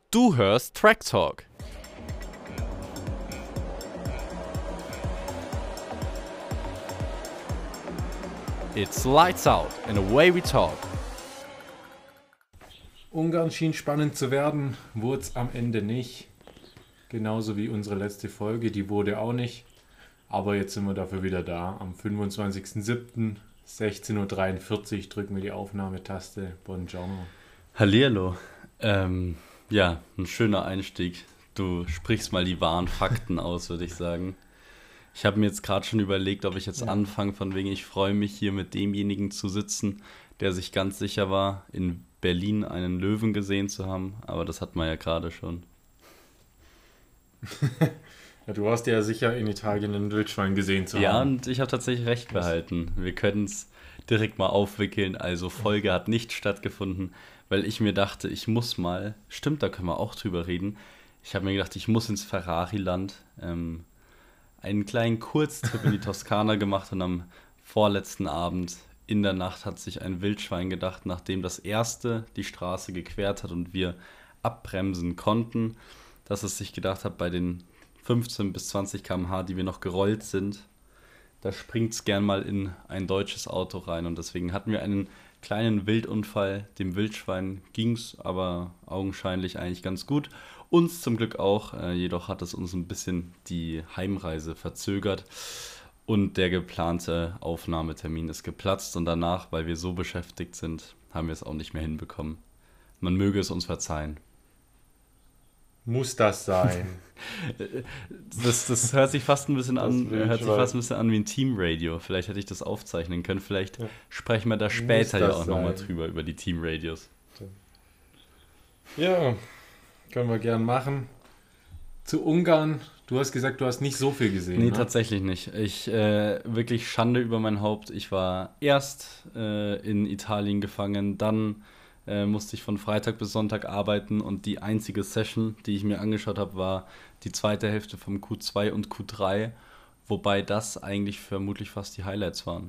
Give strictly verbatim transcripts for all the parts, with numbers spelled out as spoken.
Du hörst Track Talk. It's lights out and away we talk. Ungarn schien spannend zu werden, wurde es am Ende nicht. Genauso wie unsere letzte Folge, die wurde auch nicht. Aber jetzt sind wir dafür wieder da. Am fünfundzwanzigsten siebten sechzehn Uhr dreiundvierzig drücken wir die Aufnahmetaste. Buongiorno. Hallihallo. Ähm, ja, ein schöner Einstieg. Du sprichst mal die wahren Fakten aus, würde ich sagen. Ich habe mir jetzt gerade schon überlegt, ob ich jetzt ja. anfange, von wegen, ich freue mich hier mit demjenigen zu sitzen, der sich ganz sicher war, in Berlin einen Löwen gesehen zu haben. Aber das hat man ja gerade schon. Ja, du hast ja sicher in Italien einen Wildschwein gesehen zu ja, haben. Ja, und ich habe tatsächlich recht behalten. Wir können es direkt mal aufwickeln. Also Folge hat nicht stattgefunden, weil ich mir dachte, ich muss mal, stimmt, da können wir auch drüber reden. Ich habe mir gedacht, ich muss ins Ferrari-Land, ähm, einen kleinen Kurztrip in die Toskana gemacht und am vorletzten Abend in der Nacht hat sich ein Wildschwein gedacht, nachdem das erste die Straße gequert hat und wir abbremsen konnten, dass es sich gedacht hat, bei den fünfzehn bis zwanzig Kilometer pro Stunde, die wir noch gerollt sind, da springt es gern mal in ein deutsches Auto rein. Und deswegen hatten wir einen kleinen Wildunfall. Dem Wildschwein ging es aber augenscheinlich eigentlich ganz gut. Uns zum Glück auch, äh, jedoch hat es uns ein bisschen die Heimreise verzögert. Und der geplante Aufnahmetermin ist geplatzt. Und danach, weil wir so beschäftigt sind, haben wir es auch nicht mehr hinbekommen. Man möge es uns verzeihen. Muss das sein? das, das hört sich fast ein bisschen an, hört sich fast ein bisschen an wie ein Teamradio. Vielleicht hätte ich das aufzeichnen können. Vielleicht ja. sprechen wir da später ja auch nochmal drüber, über die Teamradios. Ja, können wir gern machen. Zu Ungarn, du hast gesagt, du hast nicht so viel gesehen. Nee, ne? tatsächlich nicht. Ich, äh, wirklich Schande über mein Haupt. Ich war erst äh, in Italien gefangen, dann Äh, musste ich von Freitag bis Sonntag arbeiten und die einzige Session, die ich mir angeschaut habe, war die zweite Hälfte vom Q zwei und Q drei, wobei das eigentlich vermutlich fast die Highlights waren.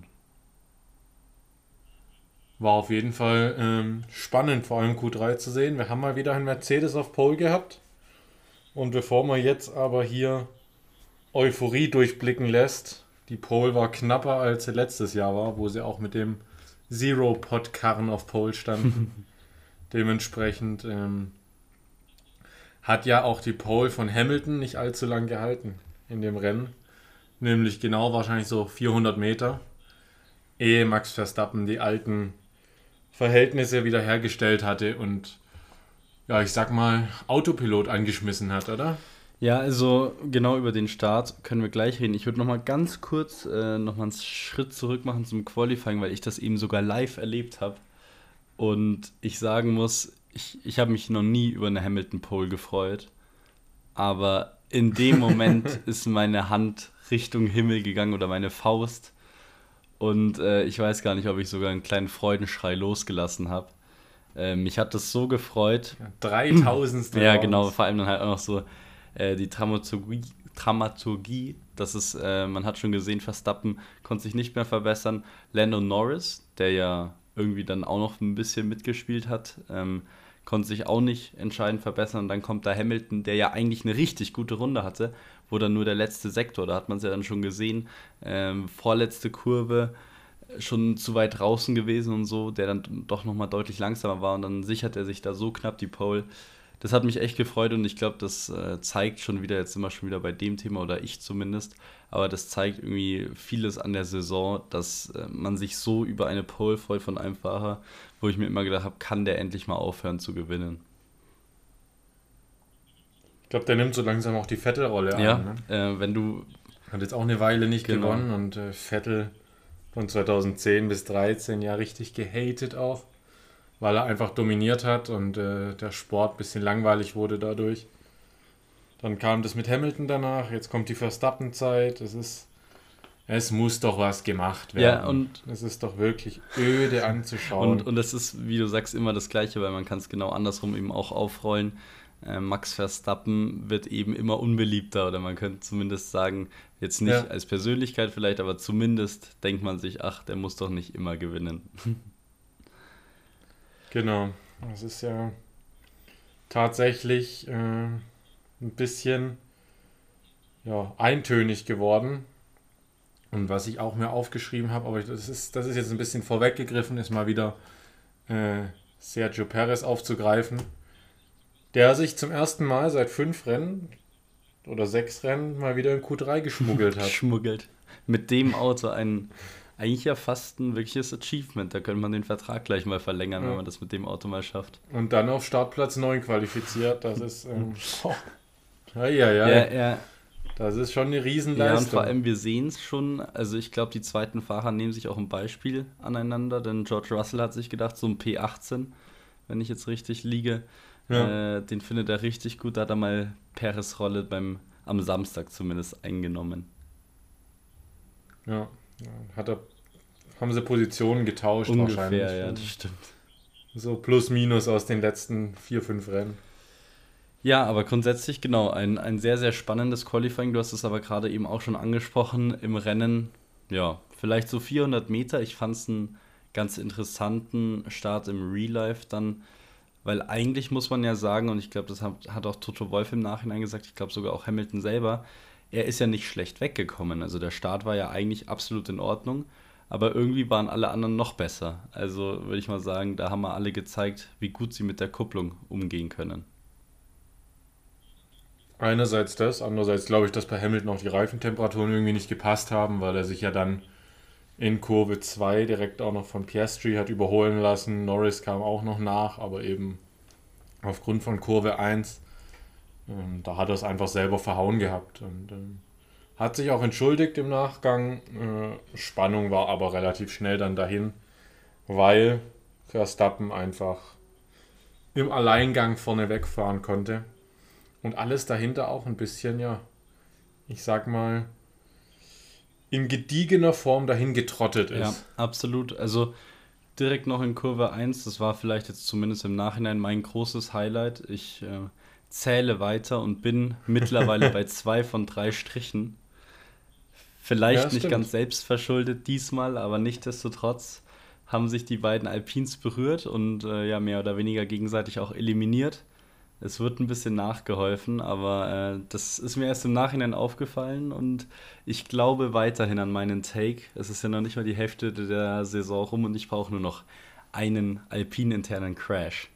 War auf jeden Fall ähm, spannend, vor allem Q drei zu sehen. Wir haben mal wieder einen Mercedes auf Pole gehabt und bevor man jetzt aber hier Euphorie durchblicken lässt, die Pole war knapper als sie letztes Jahr war, wo sie auch mit dem Zero-Pod-Karren auf Pole standen. Dementsprechend ähm, hat ja auch die Pole von Hamilton nicht allzu lang gehalten in dem Rennen. Nämlich genau wahrscheinlich so vierhundert Meter, ehe Max Verstappen die alten Verhältnisse wiederhergestellt hatte und, ja, ich sag mal, Autopilot angeschmissen hat, oder? Ja, also genau über den Start können wir gleich reden. Ich würde nochmal ganz kurz äh, nochmal einen Schritt zurück machen zum Qualifying, weil ich das eben sogar live erlebt habe. Und ich sagen muss, ich, ich habe mich noch nie über eine Hamilton-Pole gefreut. Aber in dem Moment ist meine Hand Richtung Himmel gegangen oder meine Faust. Und äh, ich weiß gar nicht, ob ich sogar einen kleinen Freudenschrei losgelassen habe. Äh, mich hat das so gefreut. Ja, dreitausendstel Ja, genau, vor allem dann halt auch noch so die Dramaturgie, Dramaturgie, das ist, äh, man hat schon gesehen, Verstappen konnte sich nicht mehr verbessern. Lando Norris, der ja irgendwie dann auch noch ein bisschen mitgespielt hat, ähm, konnte sich auch nicht entscheidend verbessern. Und dann kommt da Hamilton, der ja eigentlich eine richtig gute Runde hatte, wo dann nur der letzte Sektor, da hat man es ja dann schon gesehen, ähm, vorletzte Kurve, schon zu weit draußen gewesen und so, der dann doch nochmal deutlich langsamer war und dann sichert er sich da so knapp die Pole. Das hat mich echt gefreut und ich glaube, das äh, zeigt schon wieder, jetzt sind wir schon wieder bei dem Thema, oder ich zumindest, aber das zeigt irgendwie vieles an der Saison, dass äh, man sich so über eine Pole freut von einem Fahrer, wo ich mir immer gedacht habe, kann der endlich mal aufhören zu gewinnen. Ich glaube, der nimmt so langsam auch die Vettel-Rolle ja, an. Ne? Äh, wenn du... Hat jetzt auch eine Weile nicht genau. gewonnen und äh, Vettel von zweitausendzehn bis dreizehn ja richtig gehatet auch, weil er einfach dominiert hat und äh, der Sport ein bisschen langweilig wurde dadurch. Dann kam das mit Hamilton danach, jetzt kommt die Verstappen-Zeit, es ist, es muss doch was gemacht werden. Ja, und es ist doch wirklich öde anzuschauen. Und, und das ist, wie du sagst, immer das Gleiche, weil man kann es genau andersrum eben auch aufrollen. Äh, Max Verstappen wird eben immer unbeliebter, oder man könnte zumindest sagen, jetzt nicht ja. als Persönlichkeit vielleicht, aber zumindest denkt man sich, ach, der muss doch nicht immer gewinnen. Genau, das ist ja tatsächlich äh, ein bisschen ja, eintönig geworden. Und was ich auch mir aufgeschrieben habe, aber das ist, das ist jetzt ein bisschen vorweggegriffen, ist mal wieder äh, Sergio Perez aufzugreifen, der sich zum ersten Mal seit fünf Rennen oder sechs Rennen mal wieder in Q drei geschmuggelt hat. Geschmuggelt. Mit dem Auto ein eigentlich ja fast ein wirkliches Achievement. Da könnte man den Vertrag gleich mal verlängern, ja. wenn man das mit dem Auto mal schafft. Und dann auf Startplatz neun qualifiziert. Das ist ähm, oh. ja, ja, ja. Ja, ja. Das ist schon eine Riesenleistung. Ja, und vor allem, wir sehen es schon, also ich glaube, die zweiten Fahrer nehmen sich auch ein Beispiel aneinander, denn George Russell hat sich gedacht, so ein P achtzehn, wenn ich jetzt richtig liege, ja. äh, den findet er richtig gut, da hat er mal Perez' Rolle beim, am Samstag zumindest eingenommen. Ja, hat er, haben sie Positionen getauscht Ungefähr, wahrscheinlich. Ja, das stimmt. So plus minus aus den letzten vier, fünf Rennen. Ja, aber grundsätzlich genau, ein, ein sehr, sehr spannendes Qualifying. Du hast es aber gerade eben auch schon angesprochen. Im Rennen, ja, vielleicht so vierhundert Meter. Ich fand es einen ganz interessanten Start im Real Life dann, weil eigentlich muss man ja sagen, und ich glaube, das hat, hat auch Toto Wolff im Nachhinein gesagt, ich glaube sogar auch Hamilton selber, er ist ja nicht schlecht weggekommen. Also der Start war ja eigentlich absolut in Ordnung, aber irgendwie waren alle anderen noch besser. Also würde ich mal sagen, da haben wir alle gezeigt, wie gut sie mit der Kupplung umgehen können. Einerseits das, andererseits glaube ich, dass bei Hamilton auch die Reifentemperaturen irgendwie nicht gepasst haben, weil er sich ja dann in Kurve zwei direkt auch noch von Piastri hat überholen lassen. Norris kam auch noch nach, aber eben aufgrund von Kurve eins, ähm, da hat er es einfach selber verhauen gehabt und ähm, hat sich auch entschuldigt im Nachgang. Äh, Spannung war aber relativ schnell dann dahin, weil Verstappen einfach im Alleingang vorne wegfahren konnte. Und alles dahinter auch ein bisschen, ja, ich sag mal, in gediegener Form dahin getrottet ist. Ja, absolut. Also direkt noch in Kurve eins, das war vielleicht jetzt zumindest im Nachhinein mein großes Highlight. Ich äh, zähle weiter und bin mittlerweile bei zwei von drei Strichen. Vielleicht Ja, nicht stimmt. ganz selbstverschuldet diesmal, aber nichtsdestotrotz haben sich die beiden Alpines berührt und äh, ja mehr oder weniger gegenseitig auch eliminiert. Es wird ein bisschen nachgeholfen, aber äh, das ist mir erst im Nachhinein aufgefallen und ich glaube weiterhin an meinen Take. Es ist ja noch nicht mal die Hälfte der Saison rum und ich brauche nur noch einen alpin-internen Crash.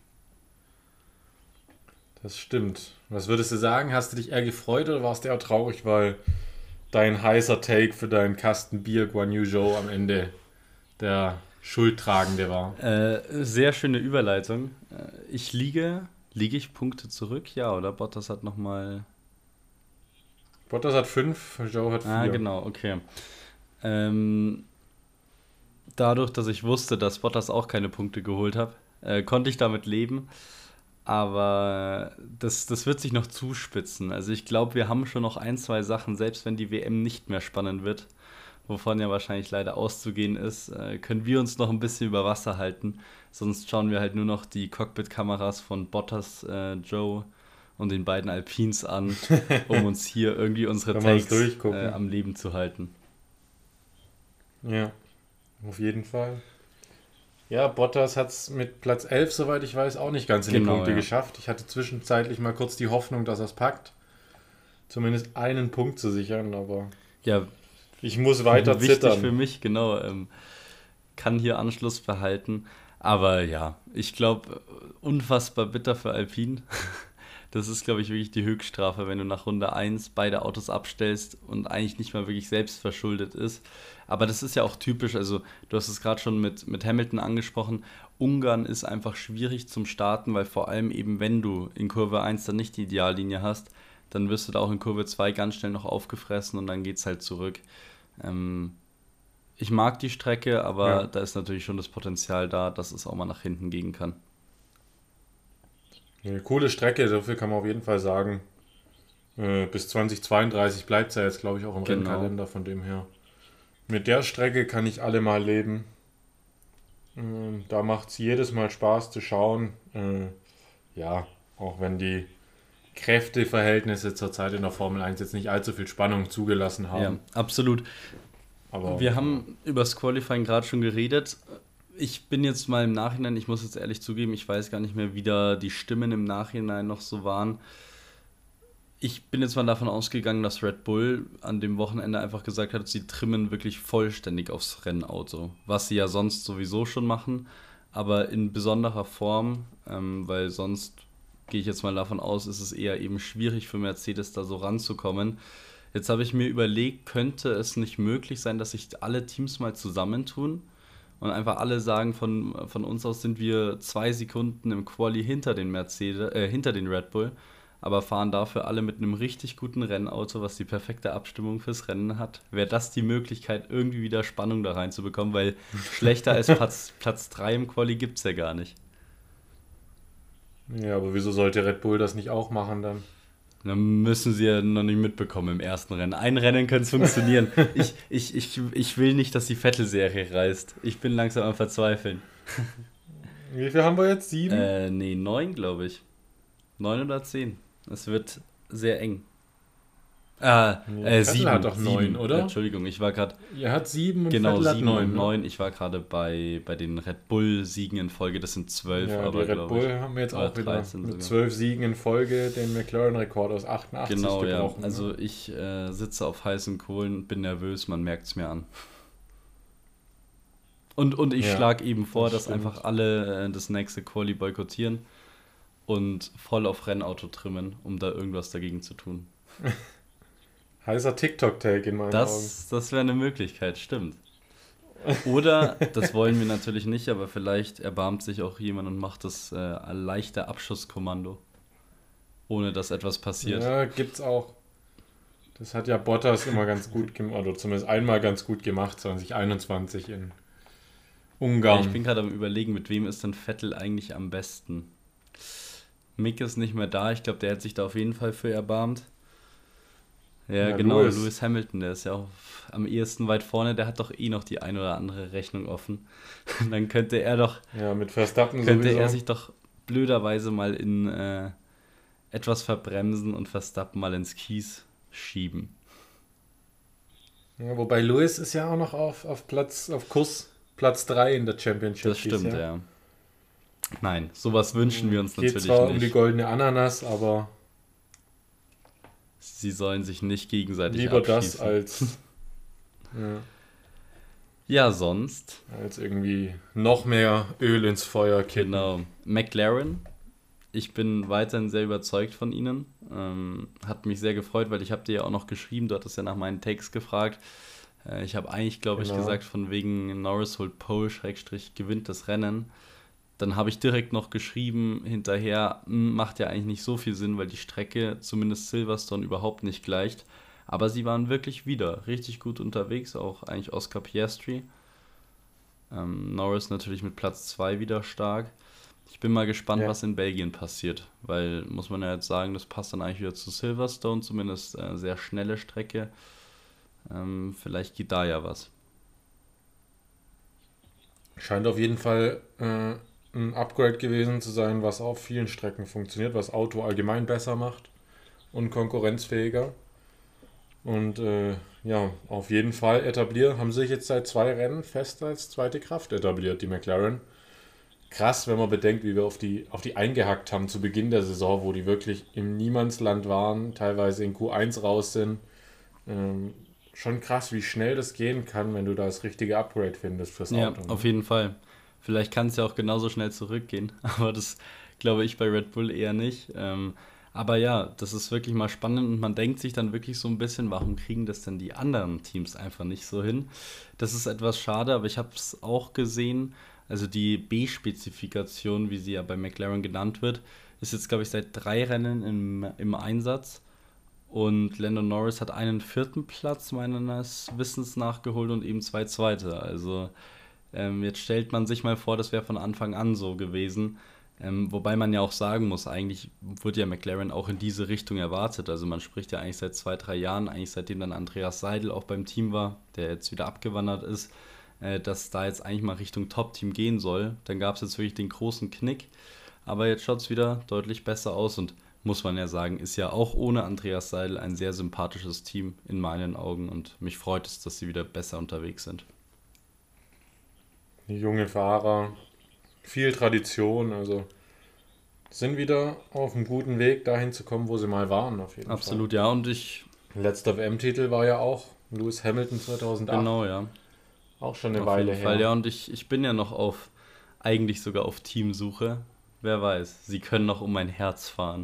Das stimmt. Was würdest du sagen? Hast du dich eher gefreut oder warst du eher traurig, weil dein heißer Take für deinen Kasten Bier Guan Yu Zhou am Ende der Schuldtragende war? Äh, sehr schöne Überleitung. Äh, ich liege... Liege ich Punkte zurück? Ja, oder? Bottas hat nochmal... Bottas hat fünf, Zhou hat vier. Ah, genau, okay. Ähm, dadurch, dass ich wusste, dass Bottas auch keine Punkte geholt hat, äh, konnte ich damit leben. Aber das, das wird sich noch zuspitzen. Also ich glaube, wir haben schon noch ein, zwei Sachen, selbst wenn die W M nicht mehr spannend wird, wovon ja wahrscheinlich leider auszugehen ist, äh, können wir uns noch ein bisschen über Wasser halten. Sonst schauen wir halt nur noch die Cockpit-Kameras von Bottas, äh, Joe und den beiden Alpines an, um uns hier irgendwie unsere Wenn wir uns Takes durchgucken. äh, am Leben zu halten. Ja, auf jeden Fall. Ja, Bottas hat es mit Platz elf, soweit ich weiß, auch nicht ganz in Genau, die Punkte ja. geschafft. Ich hatte zwischenzeitlich mal kurz die Hoffnung, dass er es packt. Zumindest einen Punkt zu sichern, aber Ja, ich muss weiter wichtig zittern. für mich, genau. Ähm, kann hier Anschluss behalten. Aber ja, ich glaube, unfassbar bitter für Alpine. Das ist, glaube ich, wirklich die Höchststrafe, wenn du nach Runde eins beide Autos abstellst und eigentlich nicht mal wirklich selbst verschuldet ist. Aber das ist ja auch typisch, also du hast es gerade schon mit, mit Hamilton angesprochen, Ungarn ist einfach schwierig zum Starten, weil vor allem eben, wenn du in Kurve eins dann nicht die Ideallinie hast, dann wirst du da auch in Kurve zwei ganz schnell noch aufgefressen und dann geht es halt zurück. Ähm, ich mag die Strecke, aber Ja. da ist natürlich schon das Potenzial da, dass es auch mal nach hinten gehen kann. Eine coole Strecke, dafür kann man auf jeden Fall sagen. Äh, bis zweitausendzweiunddreißig bleibt es ja jetzt, glaube ich, auch im Genau. Rennkalender, von dem her. Mit der Strecke kann ich alle mal leben. Ähm, da macht es jedes Mal Spaß zu schauen. Äh, ja, auch wenn die Kräfteverhältnisse zurzeit in der Formel eins jetzt nicht allzu viel Spannung zugelassen haben. Ja, absolut. Aber Wir haben über das Qualifying gerade schon geredet. ich bin jetzt mal im Nachhinein, ich muss jetzt ehrlich zugeben, ich weiß gar nicht mehr, wie da die Stimmen im Nachhinein noch so waren. Ich bin jetzt mal davon ausgegangen, dass Red Bull an dem Wochenende einfach gesagt hat, sie trimmen wirklich vollständig aufs Rennauto. Was sie ja sonst sowieso schon machen, aber in besonderer Form, ähm, weil sonst gehe ich jetzt mal davon aus, ist es eher eben schwierig für Mercedes da so ranzukommen. Jetzt habe ich mir überlegt, könnte es nicht möglich sein, dass sich alle Teams mal zusammentun und einfach alle sagen, von, von uns aus sind wir zwei Sekunden im Quali hinter den Mercedes, äh, hinter den Red Bull, aber fahren dafür alle mit einem richtig guten Rennauto, was die perfekte Abstimmung fürs Rennen hat. Wäre das die Möglichkeit, irgendwie wieder Spannung da reinzubekommen, weil schlechter als Platz, Platz drei im Quali gibt es ja gar nicht. Ja, aber wieso sollte Red Bull das nicht auch machen dann? Dann müssen sie ja noch nicht mitbekommen im ersten Rennen. Ein Rennen könnte es funktionieren. ich, ich, ich, ich will nicht, dass die Vettel-Serie reißt. Ich bin langsam am Verzweifeln. Wie viel haben wir jetzt? Sieben? Äh, nee, neun, glaube ich. Neun oder zehn. Es wird sehr eng. Ah, Nee, äh, Vettel sieben. hat doch neun, sieben. oder? Ja, Entschuldigung, ich war gerade. Er hat sieben und Genau, Vettel hat sieben neun. und ne? neun. Ich war gerade bei, bei den Red Bull-Siegen in Folge. Das sind zwölf, Ja, aber die Red glaube Bull ich. haben wir jetzt Oder auch wieder dreizehn mit sogar. zwölf Siegen in Folge den McLaren-Rekord aus achtundachtzig Genau, ja. gebrochen. ne? Also ich äh, sitze auf heißen Kohlen, bin nervös, man merkt es mir an. Und, und ich Ja, schlage eben vor, das dass stimmt. einfach alle äh, das nächste Quali boykottieren und voll auf Rennauto trimmen, um da irgendwas dagegen zu tun. Heißer TikTok-Tag in meinen Augen. Das, das wäre eine Möglichkeit, stimmt. Oder, das wollen wir natürlich nicht, aber vielleicht erbarmt sich auch jemand und macht das äh, leichte Abschusskommando, ohne dass etwas passiert. Ja, gibt's auch. Das hat ja Bottas immer ganz gut gemacht, oder zumindest einmal ganz gut gemacht, zwanzig einundzwanzig in Ja, Ungarn. ich bin gerade am Überlegen, mit wem ist denn Vettel eigentlich am besten? Mick ist nicht mehr da, ich glaube, der hat sich da auf jeden Fall für erbarmt. Ja, Ja, genau, Lewis. Lewis Hamilton, der ist ja auch am ehesten weit vorne, der hat doch eh noch die ein oder andere Rechnung offen. Dann könnte er doch, Ja, mit Verstappen könnte sowieso. er sich doch blöderweise mal in äh, etwas verbremsen und Verstappen mal ins Kies schieben. Ja, wobei Lewis ist ja auch noch auf, auf Platz, auf Kurs Platz drei in der Championship. Das dieses stimmt, Jahr. ja. Nein, sowas wünschen wir uns Geht natürlich zwar um die nicht. goldene Ananas, aber Sie sollen sich nicht gegenseitig lieber das abschießen. als, ja, Ja, sonst, als irgendwie noch mehr Öl ins Feuer kippen. genau. McLaren, ich bin weiterhin sehr überzeugt von ihnen. Ähm, hat mich sehr gefreut, weil ich habe dir ja auch noch geschrieben, du hattest ja nach meinen Takes gefragt. Äh, ich habe eigentlich, glaube ich, Genau. gesagt, von wegen Norris holt Pole, Schrägstrich, gewinnt das Rennen. Dann habe ich direkt noch geschrieben hinterher, "Hm, macht ja eigentlich nicht so viel Sinn, weil die Strecke zumindest Silverstone überhaupt nicht gleicht. Aber sie waren wirklich wieder richtig gut unterwegs, auch eigentlich Oscar Piastri. Ähm, Norris natürlich mit Platz zwei wieder stark. Ich bin mal gespannt, Ja. was in Belgien passiert, weil, muss man ja jetzt sagen, das passt dann eigentlich wieder zu Silverstone, zumindest äh, sehr schnelle Strecke. Ähm, vielleicht geht da ja was. Scheint auf jeden Fall äh, ein Upgrade gewesen zu sein, was auf vielen Strecken funktioniert, was Auto allgemein besser macht und konkurrenzfähiger. Und äh, ja, auf jeden Fall etabliert, haben sich jetzt seit zwei Rennen fest als zweite Kraft etabliert, die McLaren. Krass, wenn man bedenkt, wie wir auf die, auf die eingehackt haben zu Beginn der Saison, wo die wirklich im Niemandsland waren, teilweise in Q eins raus sind. Ähm, schon krass, wie schnell das gehen kann, wenn du da das richtige Upgrade findest fürs Ja, Auto. ne? auf jeden Fall. Vielleicht kann es ja auch genauso schnell zurückgehen, aber das glaube ich bei Red Bull eher nicht. Ähm, aber ja, das ist wirklich mal spannend und man denkt sich dann wirklich so ein bisschen, warum kriegen das denn die anderen Teams einfach nicht so hin? Das ist etwas schade, aber ich habe es auch gesehen, also die B-Spezifikation, wie sie ja bei McLaren genannt wird, ist jetzt, glaube ich, seit drei Rennen im, im Einsatz. Und Lando Norris hat einen vierten Platz meines Wissens nachgeholt und eben zwei Zweite. Also ähm, jetzt stellt man sich mal vor, das wäre von Anfang an so gewesen. Ähm, wobei man ja auch sagen muss, eigentlich wurde ja McLaren auch in diese Richtung erwartet. Also man spricht ja eigentlich seit zwei, drei Jahren, eigentlich seitdem dann Andreas Seidel auch beim Team war, der jetzt wieder abgewandert ist, äh, dass da jetzt eigentlich mal Richtung Top-Team gehen soll. Dann gab es jetzt wirklich den großen Knick. Aber jetzt schaut es wieder deutlich besser aus und muss man ja sagen, ist ja auch ohne Andreas Seidel ein sehr sympathisches Team in meinen Augen und mich freut es, dass sie wieder besser unterwegs sind. junge Fahrer, viel Tradition, also sind wieder auf einem guten Weg, dahin zu kommen, wo sie mal waren, auf jeden Absolut, Fall. ja, und ich... Letzter W M-Titel war ja auch Lewis Hamilton zweitausendacht. Genau, ja. Auch schon eine auf Weile jeden Fall, her. Ja, und ich, ich bin ja noch auf, eigentlich sogar auf Teamsuche. Wer weiß, sie können noch um mein Herz fahren.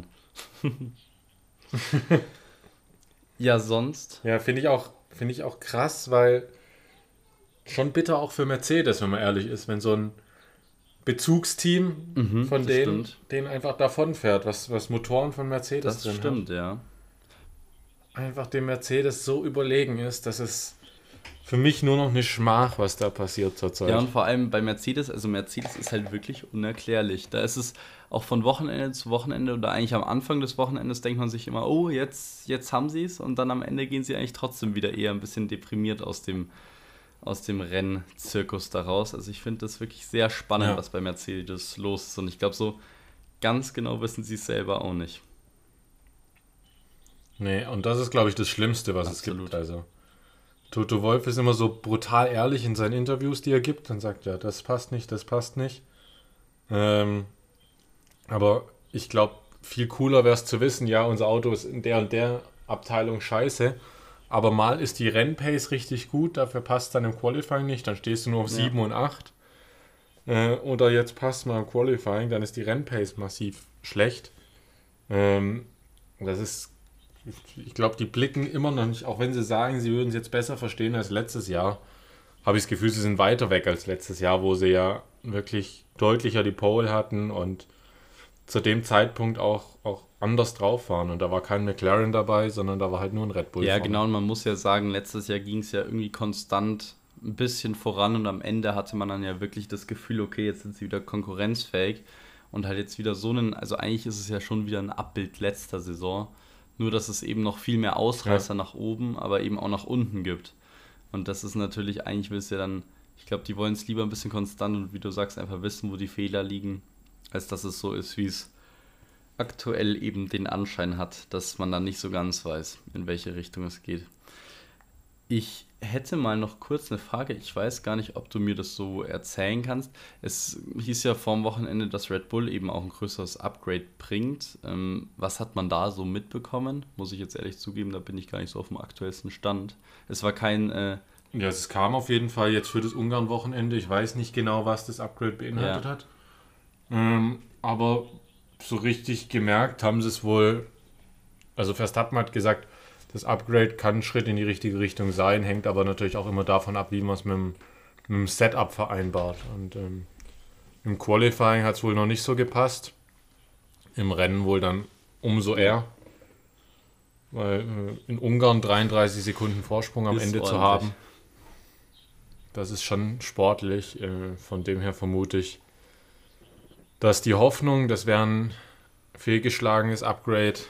Ja, sonst? Ja, finde ich auch, finde ich auch krass, weil schon bitter auch für Mercedes, wenn man ehrlich ist, wenn so ein Bezugsteam Mhm, von das denen, stimmt. denen einfach davonfährt, was, was Motoren von Mercedes Das drin stimmt, ja. hat. Einfach dem Mercedes so überlegen ist, dass es für mich nur noch eine Schmach, was da passiert zurzeit. Ja, und vor allem bei Mercedes, also Mercedes ist halt wirklich unerklärlich. Da ist es auch von Wochenende zu Wochenende oder eigentlich am Anfang des Wochenendes denkt man sich immer, oh, jetzt, jetzt haben sie es, und dann am Ende gehen sie eigentlich trotzdem wieder eher ein bisschen deprimiert aus dem, aus dem Rennzirkus daraus. Also ich finde das wirklich sehr spannend, Ja. was bei Mercedes los ist, und ich glaube, so ganz genau wissen sie es selber auch nicht. Nee, und das ist, glaube ich, das Schlimmste, was Absolut. es gibt. Also, Toto Wolff ist immer so brutal ehrlich in seinen Interviews, die er gibt. Dann sagt er, das passt nicht, das passt nicht. Ähm, aber ich glaube, viel cooler wäre es zu wissen, ja, unser Auto ist in der und der Abteilung scheiße. Aber mal ist die Rennpace richtig gut, dafür passt dann im Qualifying nicht. Dann stehst du nur auf Ja. sieben und acht. Äh, oder jetzt passt mal im Qualifying, dann ist die Rennpace massiv schlecht. Ähm, das ist... Ich glaube, die blicken immer noch nicht, auch wenn sie sagen, sie würden es jetzt besser verstehen als letztes Jahr, habe ich das Gefühl, sie sind weiter weg als letztes Jahr, wo sie ja wirklich deutlicher die Pole hatten und zu dem Zeitpunkt auch, auch anders drauf waren. Und da war kein McLaren dabei, sondern da war halt nur ein Red Bull Ja, vorne. genau, und man muss ja sagen, letztes Jahr ging es ja irgendwie konstant ein bisschen voran, und am Ende hatte man dann ja wirklich das Gefühl, okay, jetzt sind sie wieder konkurrenzfähig und halt jetzt wieder so einen, also eigentlich ist es ja schon wieder ein Abbild letzter Saison, nur dass es eben noch viel mehr Ausreißer Ja. nach oben, aber eben auch nach unten gibt. Und das ist natürlich, eigentlich willst du ja dann, ich glaube, die wollen es lieber ein bisschen konstant und wie du sagst, einfach wissen, wo die Fehler liegen, als dass es so ist, wie es aktuell eben den Anschein hat, dass man dann nicht so ganz weiß, in welche Richtung es geht. Ich hätte mal noch kurz eine Frage. Ich weiß gar nicht, ob du mir das so erzählen kannst. Es hieß ja vorm Wochenende, dass Red Bull eben auch ein größeres Upgrade bringt. Ähm, was hat man da so mitbekommen? Muss ich jetzt ehrlich zugeben, da bin ich gar nicht so auf dem aktuellsten Stand. Es war kein... Äh, Ja, es kam auf jeden Fall jetzt für das Ungarn-Wochenende. Ich weiß nicht genau, was das Upgrade beinhaltet Ja. hat. Ähm, aber so richtig gemerkt haben sie es wohl. Also Verstappen hat gesagt, das Upgrade kann ein Schritt in die richtige Richtung sein, hängt aber natürlich auch immer davon ab, wie man es mit dem, mit dem Setup vereinbart. Und ähm, im Qualifying hat es wohl noch nicht so gepasst. Im Rennen wohl dann umso eher. Weil äh, in Ungarn dreiunddreißig Sekunden Vorsprung am Ist Ende zu ordentlich. haben, das ist schon sportlich. Äh, von dem her vermute ich, dass die Hoffnung, das wäre ein fehlgeschlagenes Upgrade,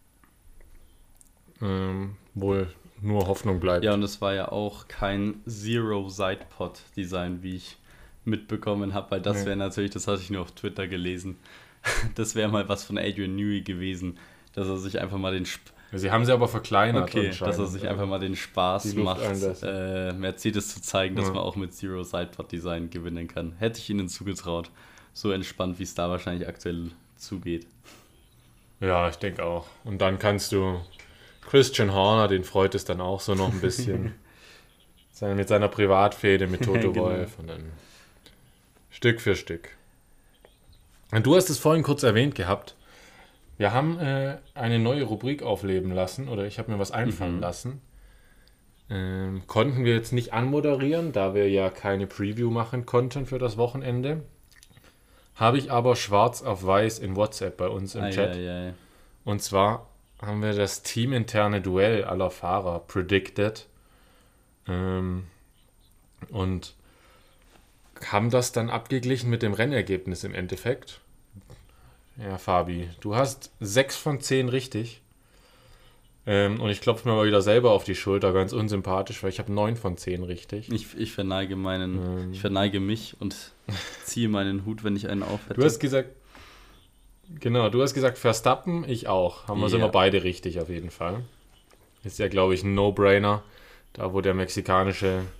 ähm, wohl nur Hoffnung bleibt. ja, und es war ja auch kein Zero-Sidepod-Design, wie ich mitbekommen habe, weil das Nee. wäre natürlich, das hatte ich nur auf Twitter gelesen, das wäre mal was von Adrian Newey gewesen, dass er sich einfach mal den Sp Sie haben sie aber verkleinert. okay, anscheinend. dass er sich einfach mal den Spaß Die Luft macht, einlassen. äh, Mercedes zu zeigen, dass Ja. man auch mit Zero-Sidepod-Design gewinnen kann. Hätte ich ihnen zugetraut. So entspannt, wie es da wahrscheinlich aktuell zugeht. Ja, ich denke auch. Und dann kannst du Christian Horner, den freut es dann auch so noch ein bisschen. Sein- mit seiner Privatfehde mit Toto Genau. Wolff. Und dann Stück für Stück. Und du hast es vorhin kurz erwähnt gehabt. Wir haben äh, eine neue Rubrik aufleben lassen, oder ich habe mir was einfallen Mhm. lassen. Ähm, konnten wir jetzt nicht anmoderieren, da wir ja keine Preview machen konnten für das Wochenende. Habe ich aber schwarz auf weiß in WhatsApp bei uns im Ei, Chat. ei, ei. Und zwar haben wir das teaminterne Duell aller Fahrer predicted. Ähm, und haben das dann abgeglichen mit dem Rennergebnis im Endeffekt. Ja, Fabi, du hast sechs von zehn richtig. Ähm, und ich klopfe mir mal wieder selber auf die Schulter, ganz unsympathisch, weil ich habe neun von zehn richtig. Ich, ich verneige meinen, Ähm. ich verneige mich und ziehe meinen Hut, wenn ich einen aufhätte. Du hast gesagt, genau, du hast gesagt Verstappen, ich auch. Haben wir sind Ja. wir beide richtig auf jeden Fall. Ist ja, glaube ich, ein No-Brainer. Da, wo der mexikanische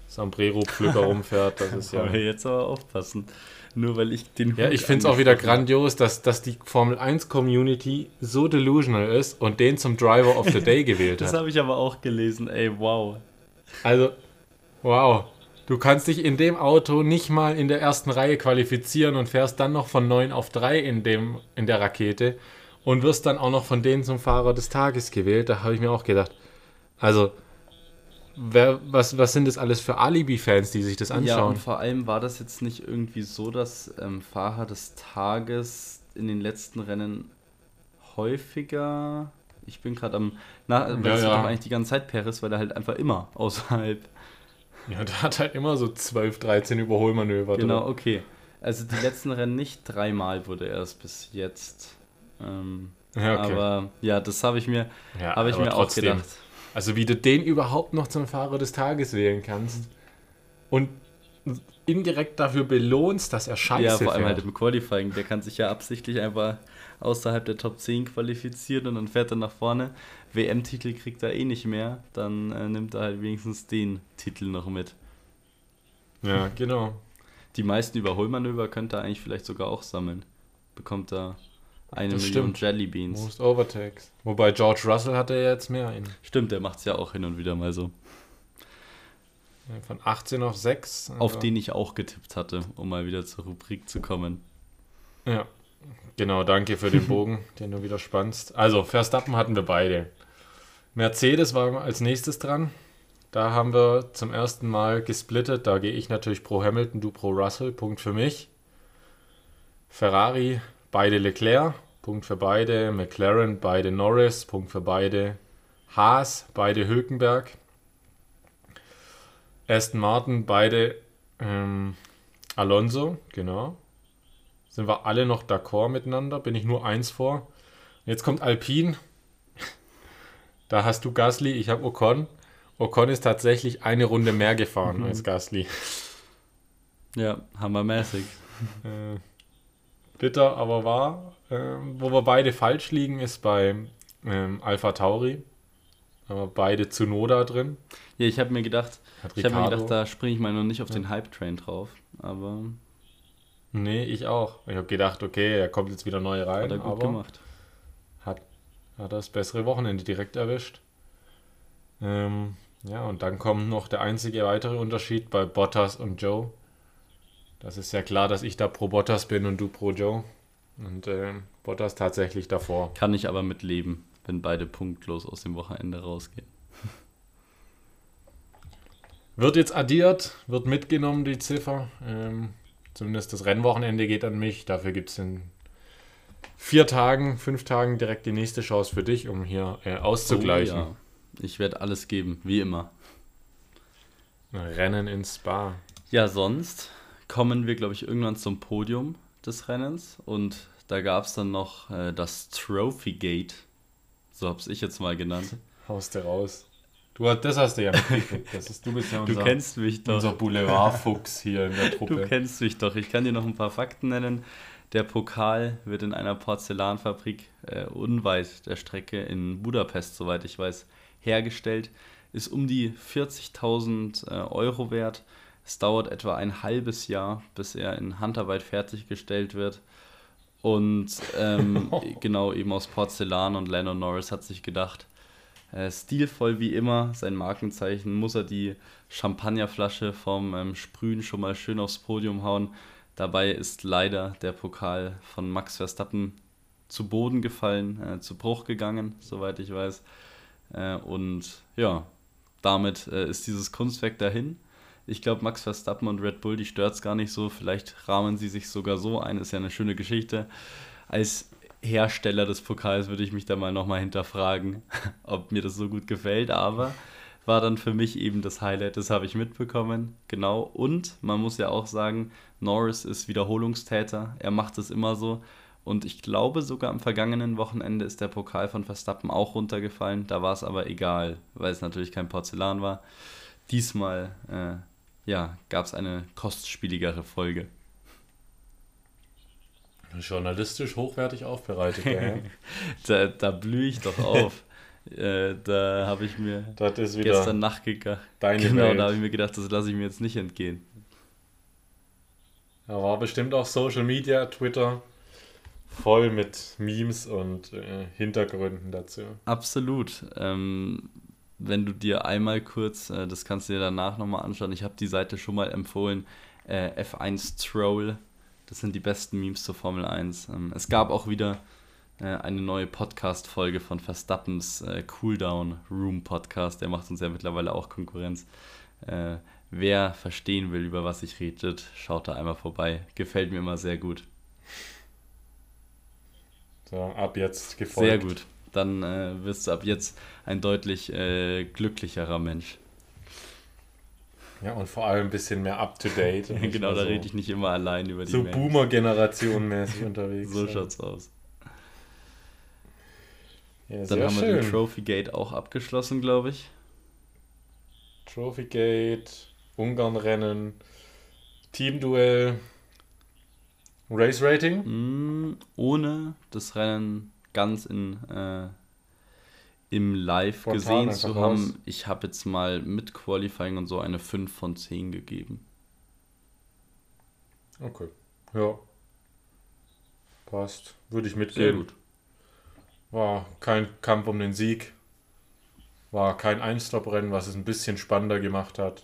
Sombrero-Pflücker rumfährt. Das ist ja... Aber jetzt aber aufpassen. Nur weil ich den Ja, Hut ich finde es auch wieder angesprochen habe. grandios, dass, dass die Formel eins Community so delusional ist und den zum Driver of the Day gewählt Das hat. habe ich aber auch gelesen, ey, wow. Also, wow. Du kannst dich in dem Auto nicht mal in der ersten Reihe qualifizieren und fährst dann noch von neun auf drei in, dem, in der Rakete und wirst dann auch noch von denen zum Fahrer des Tages gewählt. Da habe ich mir auch gedacht, also, wer, was, was sind das alles für Alibi-Fans, die sich das Ja, anschauen? und vor allem war das jetzt nicht irgendwie so, dass ähm, Fahrer des Tages in den letzten Rennen häufiger... Ich bin gerade am... Na, weil Ja, das ja. war doch eigentlich die ganze Zeit Perez, weil er halt einfach immer außerhalb... Ja, der hat halt immer so zwölf, dreizehn Überholmanöver. Genau, drin. okay. Also die letzten Rennen nicht, dreimal wurde er es bis jetzt. Ähm, Ja, okay. Aber ja, das habe ich mir, Ja, habe ich aber mir trotzdem. auch gedacht. Also wie du den überhaupt noch zum Fahrer des Tages wählen kannst und indirekt dafür belohnst, dass er scheiße Ja, vor allem fährt. halt im Qualifying. Der kann sich ja absichtlich einfach außerhalb der Top zehn qualifizieren und dann fährt er nach vorne. W M-Titel kriegt er eh nicht mehr, dann äh, nimmt er halt wenigstens den Titel noch mit. Ja, genau. Die meisten Überholmanöver könnte er eigentlich vielleicht sogar auch sammeln. Bekommt er eine Das Million stimmt. Jellybeans. Most Overtakes. Wobei George Russell hatte ja jetzt mehr in. Stimmt, der macht es ja auch hin und wieder mal so. Von achtzehn auf sechs. Auf also- den ich auch getippt hatte, um mal wieder zur Rubrik zu kommen. Ja, genau, danke für den Bogen, den du wieder spannst. Also, Verstappen hatten wir beide. Mercedes war als nächstes dran. Da haben wir zum ersten Mal gesplittet. Da gehe ich natürlich pro Hamilton, du pro Russell. Punkt für mich. Ferrari, beide Leclerc. Punkt für beide. McLaren, beide Norris. Punkt für beide. Haas, beide Hülkenberg. Aston Martin, beide ähm, Alonso, genau. Sind wir alle noch d'accord miteinander? Bin ich nur eins vor? Jetzt kommt Alpine. Da hast du Gasly, ich habe Ocon. Ocon ist tatsächlich eine Runde mehr gefahren als Gasly. Ja, hammermäßig. Äh, bitter, aber wahr. Ähm, wo wir beide falsch liegen, ist bei ähm, Alpha Tauri. Aber beide Tsunoda drin. Ja, ich habe mir gedacht, Hat ich habe mir Ricciardo. gedacht, da springe ich mal noch nicht auf den Hype-Train drauf. Aber Nee, ich auch. Ich habe gedacht, okay, er kommt jetzt wieder neu rein. hat er gut aber gemacht. Hat, hat das bessere Wochenende direkt erwischt. Ähm, ja, und dann kommt noch der einzige weitere Unterschied bei Bottas und Joe. Das ist ja klar, dass ich da pro Bottas bin und du pro Joe. Und ähm, Bottas tatsächlich davor. Kann ich aber mitleben, wenn beide punktlos aus dem Wochenende rausgehen. Wird jetzt addiert, wird mitgenommen, die Ziffer. Ähm, zumindest das Rennwochenende geht an mich. Dafür gibt es in vier Tagen, fünf Tagen direkt die nächste Chance für dich, um hier äh, auszugleichen. Oh, ja. Ich werde alles geben, wie immer. Rennen in Spa. Ja, sonst kommen wir, glaube ich, irgendwann zum Podium des Rennens. Und da gab es dann noch äh, das Trophy Gate. So habe ich jetzt mal genannt. Haust du raus. Du, hast- das hast du ja mitgekriegt. Das ist, du bist ja Du unser, kennst mich doch. unser Boulevardfuchs hier in der Du Truppe. kennst mich doch. Ich kann dir noch ein paar Fakten nennen. Der Pokal wird in einer Porzellanfabrik äh, unweit der Strecke in Budapest, soweit ich weiß, hergestellt. Ist um die vierzigtausend äh, Euro wert. Es dauert etwa ein halbes Jahr, bis er in Handarbeit fertiggestellt wird. Und ähm, genau eben aus Porzellan. Und Lando Norris hat sich gedacht, äh, stilvoll wie immer, sein Markenzeichen, muss er die Champagnerflasche vom ähm, Sprühen schon mal schön aufs Podium hauen. Dabei ist leider der Pokal von Max Verstappen zu Boden gefallen, äh, zu Bruch gegangen, soweit ich weiß. Äh, und ja, damit äh, ist dieses Kunstwerk dahin. Ich glaube, Max Verstappen und Red Bull, die stört es gar nicht so. Vielleicht rahmen sie sich sogar so ein, ist ja eine schöne Geschichte. Als Hersteller des Pokals würde ich mich da mal nochmal hinterfragen, ob mir das so gut gefällt, aber war dann für mich eben das Highlight, das habe ich mitbekommen, genau. Und man muss ja auch sagen, Norris ist Wiederholungstäter, er macht es immer so. Und ich glaube, sogar am vergangenen Wochenende ist der Pokal von Verstappen auch runtergefallen. Da war es aber egal, weil es natürlich kein Porzellan war. Diesmal äh, ja, gab es eine kostspieligere Folge. Journalistisch hochwertig aufbereitet, ja. Da, da blühe ich doch auf. Äh, da habe ich mir Das ist wieder gestern Nacht gedacht. deine Genau, Welt. da habe ich mir gedacht, das lasse ich mir jetzt nicht entgehen. Da war bestimmt auch Social Media, Twitter, voll mit Memes und äh, Hintergründen dazu. Absolut. Ähm, wenn du dir einmal kurz, äh, das kannst du dir danach nochmal anschauen, ich habe die Seite schon mal empfohlen, äh, F eins Troll, das sind die besten Memes zur Formel eins. Ähm, es gab auch wieder äh, eine neue Podcast-Folge von Verstappens äh, Cooldown Room Podcast, der macht uns ja mittlerweile auch Konkurrenz. Äh, wer verstehen will, über was ich redet, schaut da einmal vorbei. Gefällt mir immer sehr gut. So, ab jetzt gefolgt. Sehr gut. Dann äh, wirst du ab jetzt ein deutlich äh, glücklicherer Mensch. Ja, und vor allem ein bisschen mehr up-to-date. und nicht Genau, mehr da so, rede ich nicht immer allein über die so Memes. Boomer-Generation-mäßig unterwegs. So sein. schaut's aus. Ja, Dann sehr haben wir schön. den Trophy Gate auch abgeschlossen, glaube ich. Trophygate, Ungarn-Rennen, Teamduell, Race-Rating. Mm, ohne das Rennen ganz in äh, im Live Spontan gesehen einfach zu raus. haben. Ich habe jetzt mal mit Qualifying und so eine fünf von zehn gegeben. Okay. Ja. Passt. Würde ich Sehr mitgehen. gut. War kein Kampf um den Sieg. War kein Einstop-Rennen, was es ein bisschen spannender gemacht hat.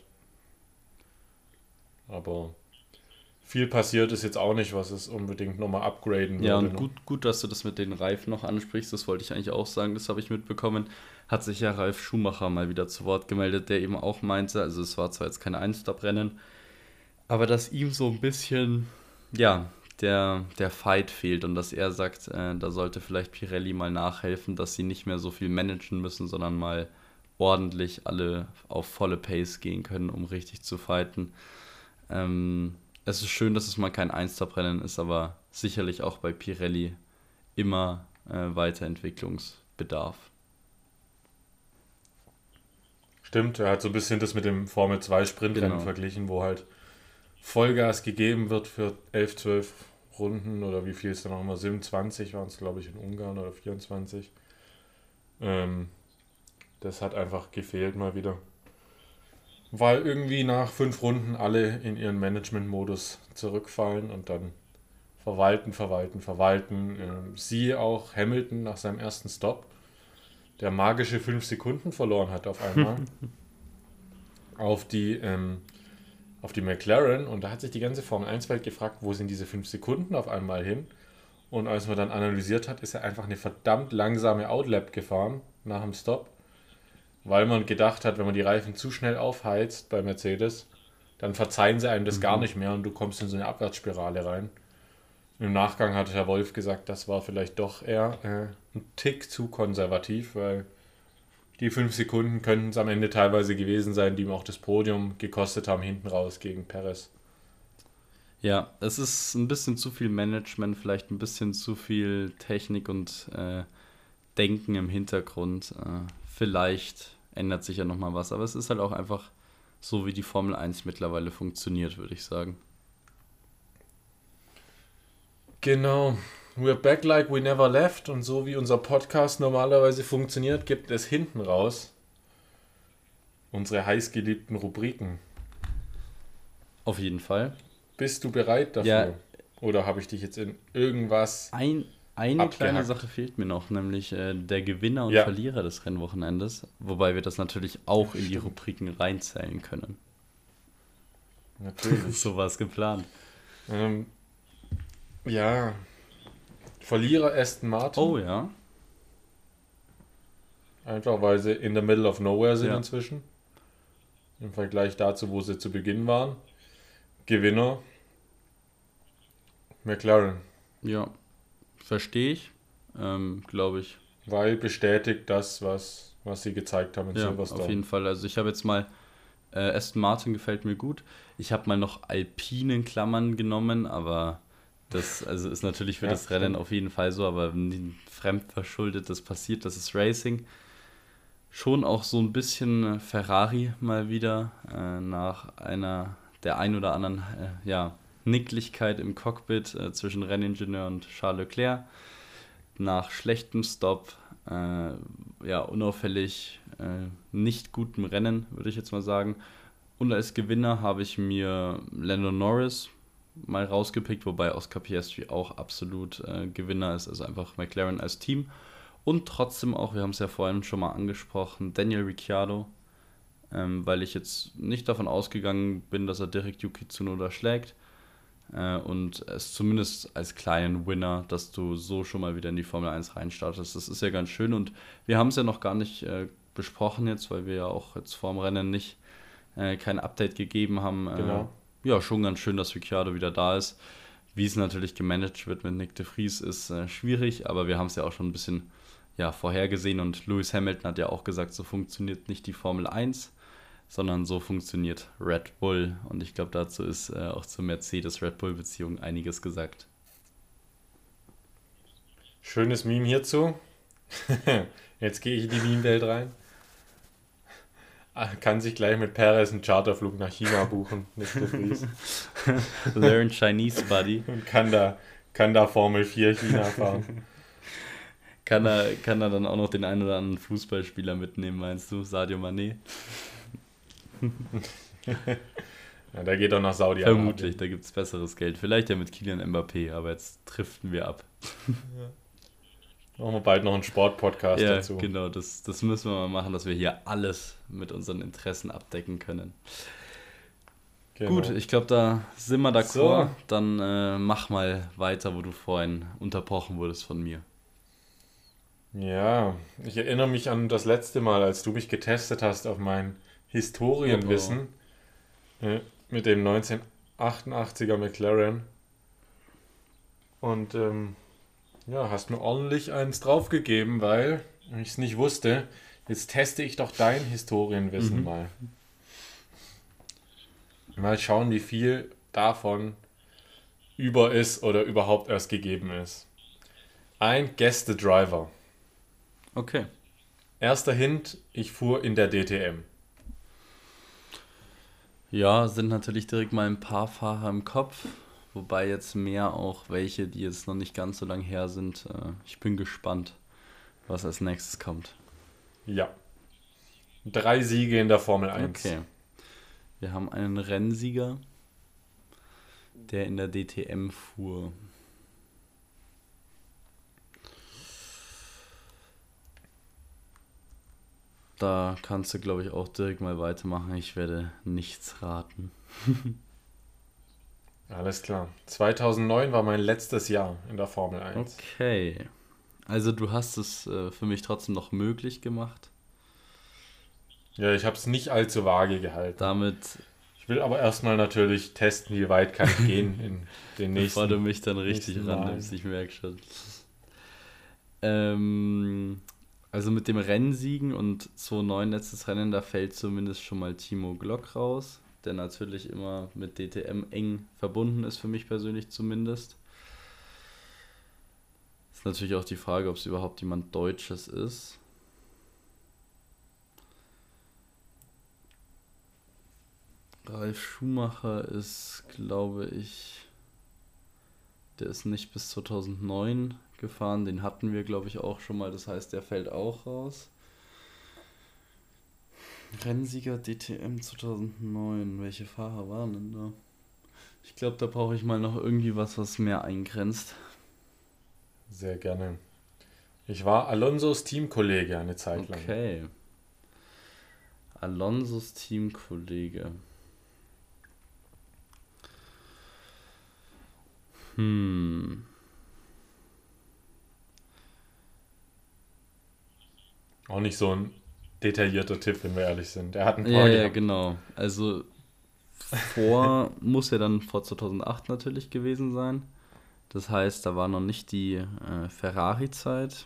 Aber viel passiert ist jetzt auch nicht, was es unbedingt nochmal upgraden würde. Ja, und ne? gut, gut, dass du das mit den Reifen noch ansprichst. Das wollte ich eigentlich auch sagen. Das habe ich mitbekommen. Hat sich ja Ralf Schumacher mal wieder zu Wort gemeldet, der eben auch meinte, also es war zwar jetzt kein Einstop-Rennen, aber dass ihm so ein bisschen, ja, der, der Fight fehlt und dass er sagt, äh, da sollte vielleicht Pirelli mal nachhelfen, dass sie nicht mehr so viel managen müssen, sondern mal ordentlich alle auf volle Pace gehen können, um richtig zu fighten. Ähm, es ist schön, dass es mal kein Einstop-Rennen ist, aber sicherlich auch bei Pirelli immer äh, Weiterentwicklungsbedarf. Stimmt, er hat so ein bisschen das mit dem Formel zwei Sprintrennen Genau. verglichen, wo halt Vollgas gegeben wird für elf, zwölf Runden oder wie viel es dann auch immer, siebenundzwanzig waren es, glaube ich, in Ungarn oder vierundzwanzig. Ähm, das hat einfach gefehlt mal wieder. Weil irgendwie nach fünf Runden alle in ihren Management-Modus zurückfallen und dann verwalten, verwalten, verwalten. Ähm, siehe auch Hamilton nach seinem ersten Stop, der magische fünf Sekunden verloren hat auf einmal auf die ähm, auf die McLaren, und da hat sich die ganze Formel eins Welt gefragt, wo sind diese fünf Sekunden auf einmal hin? Und als man dann analysiert hat, ist er einfach eine verdammt langsame Outlap gefahren nach dem Stop, weil man gedacht hat, wenn man die Reifen zu schnell aufheizt bei Mercedes, dann verzeihen sie einem das Mhm. gar nicht mehr und du kommst in so eine Abwärtsspirale rein. Im Nachgang hat Herr Wolf gesagt, das war vielleicht doch eher äh, ein Tick zu konservativ, weil die fünf Sekunden könnten es am Ende teilweise gewesen sein, die ihm auch das Podium gekostet haben, hinten raus gegen Perez. Ja, es ist ein bisschen zu viel Management, vielleicht ein bisschen zu viel Technik und äh, Denken im Hintergrund. Äh, vielleicht ändert sich ja nochmal was, aber es ist halt auch einfach so, wie die Formel eins mittlerweile funktioniert, würde ich sagen. Genau. We're back like we never left, und so wie unser Podcast normalerweise funktioniert, gibt es hinten raus unsere heißgeliebten Rubriken. Auf jeden Fall. Bist du bereit dafür? Ja. Oder habe ich dich jetzt in irgendwas... Ein, eine Abgehackt. kleine Sache fehlt mir noch, nämlich äh, der Gewinner und Ja. Verlierer des Rennwochenendes, wobei wir das natürlich auch in die Stimmt. Rubriken reinzählen können. Natürlich. So war es geplant. ähm, ja. Verlierer Aston Martin. Oh ja. Einfach weil sie in the middle of nowhere sind Ja. inzwischen. Im Vergleich dazu, wo sie zu Beginn waren. Gewinner McLaren. Ja, verstehe ich, ähm, glaube ich. Weil bestätigt das, was, was sie gezeigt haben in Ja, Silverstone. auf jeden Fall. Also ich habe jetzt mal, äh, Aston Martin gefällt mir gut. Ich habe mal noch Alpine in Klammern genommen, aber das also ist natürlich für Ja, das Rennen stimmt. auf jeden Fall so, aber nie fremdverschuldet, das passiert, das ist Racing. Schon auch so ein bisschen Ferrari mal wieder äh, nach einer der ein oder anderen äh, ja, Nicklichkeit im Cockpit äh, zwischen Renningenieur und Charles Leclerc. Nach schlechtem Stop, äh, ja, unauffällig, äh, nicht gutem Rennen, würde ich jetzt mal sagen. Und als Gewinner habe ich mir Lando Norris mal rausgepickt, wobei Oscar Piastri auch absolut äh, Gewinner ist, also einfach McLaren als Team. Und trotzdem auch, wir haben es ja vorhin schon mal angesprochen, Daniel Ricciardo, ähm, weil ich jetzt nicht davon ausgegangen bin, dass er direkt Yuki Tsunoda schlägt. Äh, und es zumindest als kleinen Winner, dass du so schon mal wieder in die Formel eins reinstartest. Das ist ja ganz schön und wir haben es ja noch gar nicht äh, besprochen jetzt, weil wir ja auch jetzt vorm Rennen nicht äh, kein Update gegeben haben. Äh, Genau. Ja, schon ganz schön, dass Ricciardo wieder da ist. Wie es natürlich gemanagt wird mit Nick de Vries ist äh, schwierig, aber wir haben es ja auch schon ein bisschen ja, vorhergesehen und Lewis Hamilton hat ja auch gesagt, so funktioniert nicht die Formel eins, sondern so funktioniert Red Bull und ich glaube, dazu ist äh, auch zur Mercedes-Red Bull-Beziehung einiges gesagt. Schönes Meme hierzu. Jetzt gehe ich in die Meme-Welt rein. Kann sich gleich mit Perez einen Charterflug nach China buchen. Nicht der Fries. Learn Chinese, buddy. Und kann da, kann da Formel vier China fahren. Kann er, kann er dann auch noch den einen oder anderen Fußballspieler mitnehmen, meinst du? Sadio Mané? Ja, der geht doch nach Saudi-Arabien. Vermutlich, da gibt es besseres Geld. Vielleicht ja mit Kylian Mbappé, aber jetzt driften wir ab. Machen wir bald noch einen Sport-Podcast Ja, dazu. genau, das, das müssen wir mal machen, dass wir hier alles mit unseren Interessen abdecken können. Genau. Gut, ich glaube, da sind wir d'accord. So. Dann äh, mach mal weiter, wo du vorhin unterbrochen wurdest von mir. Ja, ich erinnere mich an das letzte Mal, als du mich getestet hast auf mein Historienwissen äh, mit dem neunzehnhundertachtundachtziger McLaren. Und ähm, ja, hast mir ordentlich eins draufgegeben, weil ich es nicht wusste. Jetzt teste ich doch dein Historienwissen Mhm. mal. Mal schauen, wie viel davon über ist oder überhaupt erst gegeben ist. Ein Gäste-Driver. Okay. Erster Hint, ich fuhr in der D T M. Ja, sind natürlich direkt mal ein paar Fahrer im Kopf, wobei jetzt mehr auch welche, die jetzt noch nicht ganz so lang her sind. Äh, Ich bin gespannt, was als nächstes kommt. Ja. Drei Siege in der Formel eins. Okay. Wir haben einen Rennsieger, der in der D T M fuhr. Da kannst du, glaube ich, auch direkt mal weitermachen. Ich werde nichts raten. Alles klar. zweitausendneun war mein letztes Jahr in der Formel eins. Okay. Also du hast es äh, für mich trotzdem noch möglich gemacht. Ja, ich habe es nicht allzu vage gehalten. Damit, Ich will aber erstmal natürlich testen, wie weit kann ich gehen in den bevor du nächsten. mich dann richtig nächsten Mal. rannimmst, ich merke schon. Ähm, also mit dem Rennsiegen und zweitausendneun letztes Rennen, da fällt zumindest schon mal Timo Glock raus, der natürlich immer mit D T M eng verbunden ist, für mich persönlich zumindest. Ist natürlich auch die Frage, ob es überhaupt jemand Deutsches ist. Ralf Schumacher ist, glaube ich, der ist nicht bis zweitausendneun gefahren. Den hatten wir, glaube ich, auch schon mal. Das heißt, der fällt auch raus. Rennsieger D T M zweitausendneun. Welche Fahrer waren denn da? Ich glaube, da brauche ich mal noch irgendwie was, was mehr eingrenzt. Sehr gerne. Ich war Alonsos Teamkollege eine Zeit lang. Okay. Alonsos Teamkollege. Hm. Auch nicht so ein detaillierter Tipp, wenn wir ehrlich sind. Er hat ein paar Ja, ja, gehabt. genau. Also vor muss ja dann vor zweitausendacht natürlich gewesen sein. Das heißt, da war noch nicht die äh, Ferrari-Zeit.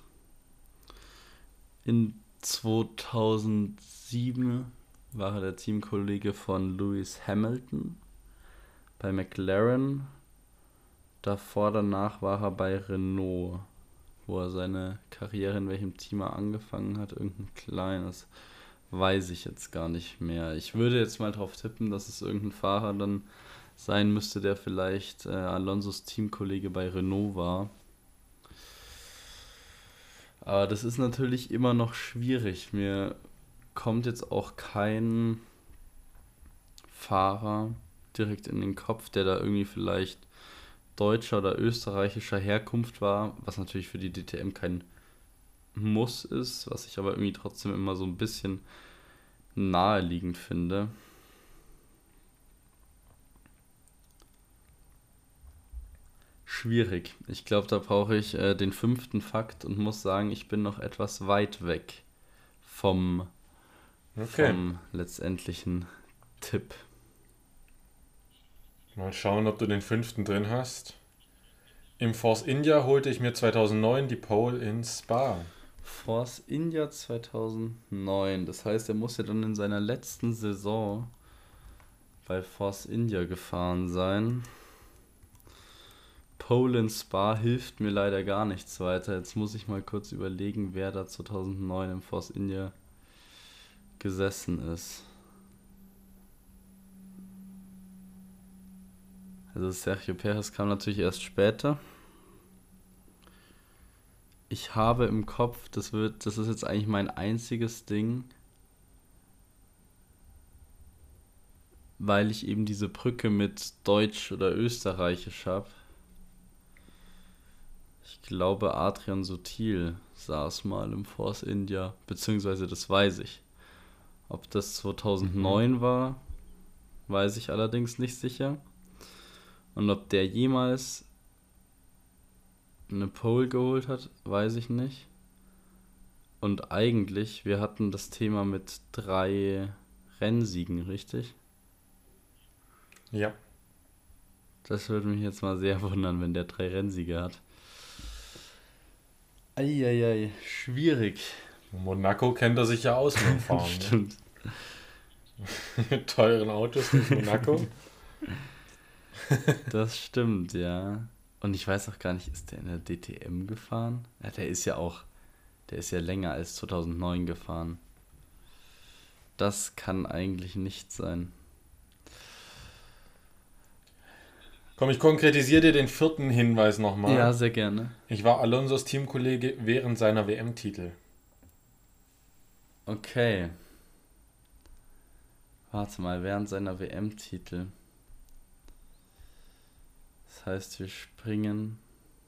In zweitausendsieben war er der Teamkollege von Lewis Hamilton bei McLaren. Davor, danach war er bei Renault, wo er seine Karriere in welchem Team er angefangen hat. Irgendein kleines, weiß ich jetzt gar nicht mehr. Ich würde jetzt mal drauf tippen, dass es irgendein Fahrer dann sein müsste, der vielleicht äh, Alonsos Teamkollege bei Renault war. Aber das ist natürlich immer noch schwierig. Mir kommt jetzt auch kein Fahrer direkt in den Kopf, der da irgendwie vielleicht deutscher oder österreichischer Herkunft war, was natürlich für die D T M kein Muss ist, was ich aber irgendwie trotzdem immer so ein bisschen naheliegend finde. Schwierig. Ich glaube, da brauche ich äh, den fünften Fakt und muss sagen, ich bin noch etwas weit weg vom, Okay. vom letztendlichen Tipp. Mal schauen, ob du den fünften drin hast. Im Force India holte ich mir zweitausendneun die Pole in Spa. Force India zweitausendneun. Das heißt, er muss ja dann in seiner letzten Saison bei Force India gefahren sein. Pole in Spa hilft mir leider gar nichts weiter. Jetzt muss ich mal kurz überlegen, wer da zweitausendneun im Force India gesessen ist. Also Sergio Perez kam natürlich erst später. Ich habe im Kopf, das wird, das ist jetzt eigentlich mein einziges Ding, weil ich eben diese Brücke mit Deutsch oder Österreichisch habe. Ich glaube, Adrian Sutil saß mal im Force India, beziehungsweise das weiß ich. Ob das zweitausendneun mhm. war, weiß ich allerdings nicht sicher. Und ob der jemals eine Pole geholt hat, weiß ich nicht. Und eigentlich, wir hatten das Thema mit drei Rennsiegen, richtig? Ja. Das würde mich jetzt mal sehr wundern, wenn der drei Rennsiege hat. Eieiei, schwierig. Monaco kennt er sich ja aus mit dem Fahren. Stimmt. Mit teuren Autos in Monaco. Das stimmt, ja. Und ich weiß auch gar nicht, ist der in der D T M gefahren? Ja, der ist ja auch, der ist ja länger als zweitausendneun gefahren. Das kann eigentlich nicht sein. Komm, ich konkretisiere dir den vierten Hinweis nochmal. Ja, sehr gerne. Ich war Alonsos Teamkollege während seiner W M-Titel. Okay. Warte mal, während seiner W M-Titel. Das heißt, wir springen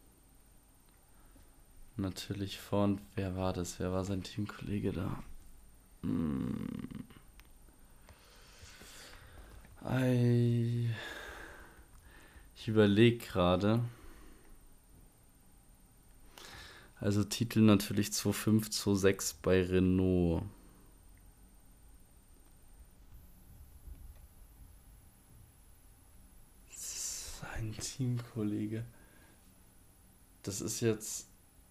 natürlich vor. Und wer war das? Wer war sein Teamkollege da? Hm. Ei. Ich überlege gerade. Also Titel natürlich zwei fünf, zwei sechs bei Renault. Sein Teamkollege. Das ist jetzt...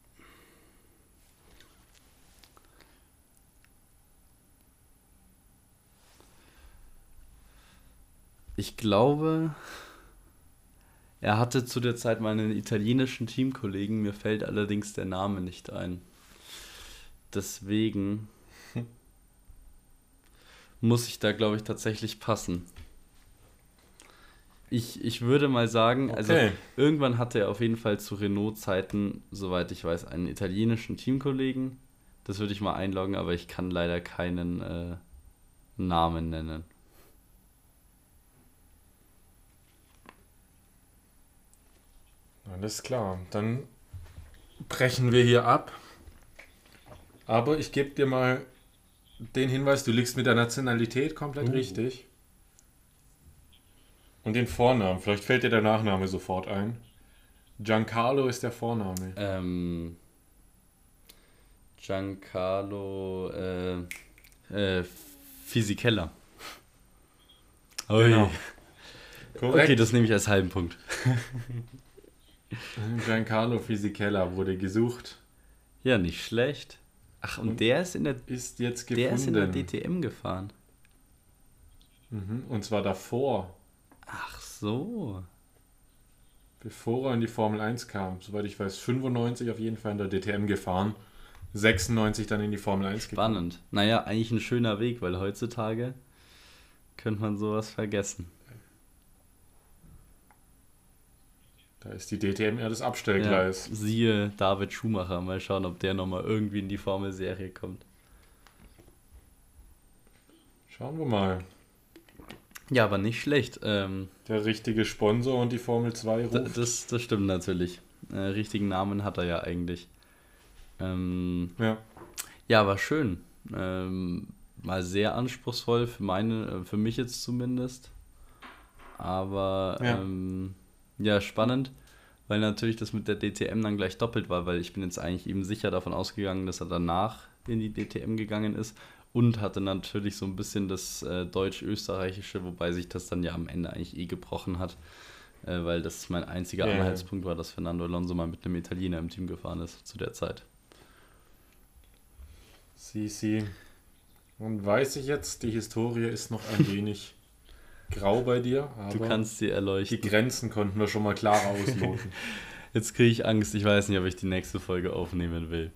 Ich glaube, er hatte zu der Zeit meinen italienischen Teamkollegen, mir fällt allerdings der Name nicht ein. Deswegen muss ich da, glaube ich, tatsächlich passen. Ich, ich würde mal sagen, also Okay. irgendwann hatte er auf jeden Fall zu Renault-Zeiten, soweit ich weiß, einen italienischen Teamkollegen. Das würde ich mal einloggen, aber ich kann leider keinen äh, Namen nennen. Alles klar, dann brechen wir hier ab. Aber ich gebe dir mal den Hinweis, du liegst mit der Nationalität komplett Uh. richtig. Und den Vornamen, vielleicht fällt dir der Nachname sofort ein. Giancarlo ist der Vorname. Ähm, Giancarlo äh, äh, Fisichella. Genau. Korrekt. Okay, das nehme ich als halben Punkt. Giancarlo Fisichella wurde gesucht. Ja, nicht schlecht. Ach, und, Und der ist in der Ist jetzt gefunden. der ist in der D T M gefahren. Mhm. Und zwar davor, Ach so. bevor er in die Formel eins kam. Soweit ich weiß, fünfundneunzig auf jeden Fall in der D T M gefahren. sechsundneunzig dann in die Formel eins gekommen. Spannend. Naja, eigentlich ein schöner Weg, weil heutzutage könnte man sowas vergessen. Da ist die D T M eher das Ja, Abstellgleis. siehe David Schumacher. Mal schauen, ob der nochmal irgendwie in die Formel-Serie kommt. Schauen wir mal. Ja, aber nicht schlecht. Ähm, Der richtige Sponsor und die Formel zwei d- ruft. das, das stimmt natürlich. Äh, richtigen Namen hat er ja eigentlich. Ähm, Ja. ja, war schön. Ähm, mal sehr anspruchsvoll für meine, äh, für mich jetzt zumindest. Aber Ja. ähm, ja, spannend, weil natürlich das mit der D T M dann gleich doppelt war, weil ich bin jetzt eigentlich eben sicher davon ausgegangen, dass er danach in die D T M gegangen ist und hatte natürlich so ein bisschen das äh, deutsch-österreichische, wobei sich das dann ja am Ende eigentlich eh gebrochen hat, äh, weil das mein einziger Ja, ja. Anhaltspunkt war, dass Fernando Alonso mal mit einem Italiener im Team gefahren ist zu der Zeit. Sie, sie. Und weiß ich jetzt, die Historie ist noch ein wenig grau bei dir, aber Du kannst sie die erleuchten. Grenzen konnten wir schon mal klarer ausloten. Jetzt kriege ich Angst, ich weiß nicht, ob ich die nächste Folge aufnehmen will.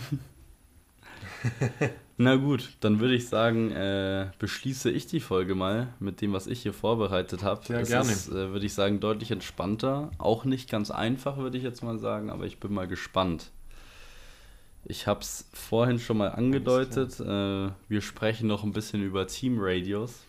Na gut, dann würde ich sagen, äh, beschließe ich die Folge mal mit dem, was ich hier vorbereitet habe. Ja, es gerne. ist, äh, würde ich sagen, deutlich entspannter. Auch nicht ganz einfach, würde ich jetzt mal sagen, aber ich bin mal gespannt. Ich habe es vorhin schon mal angedeutet. Äh, wir sprechen noch ein bisschen über Teamradios.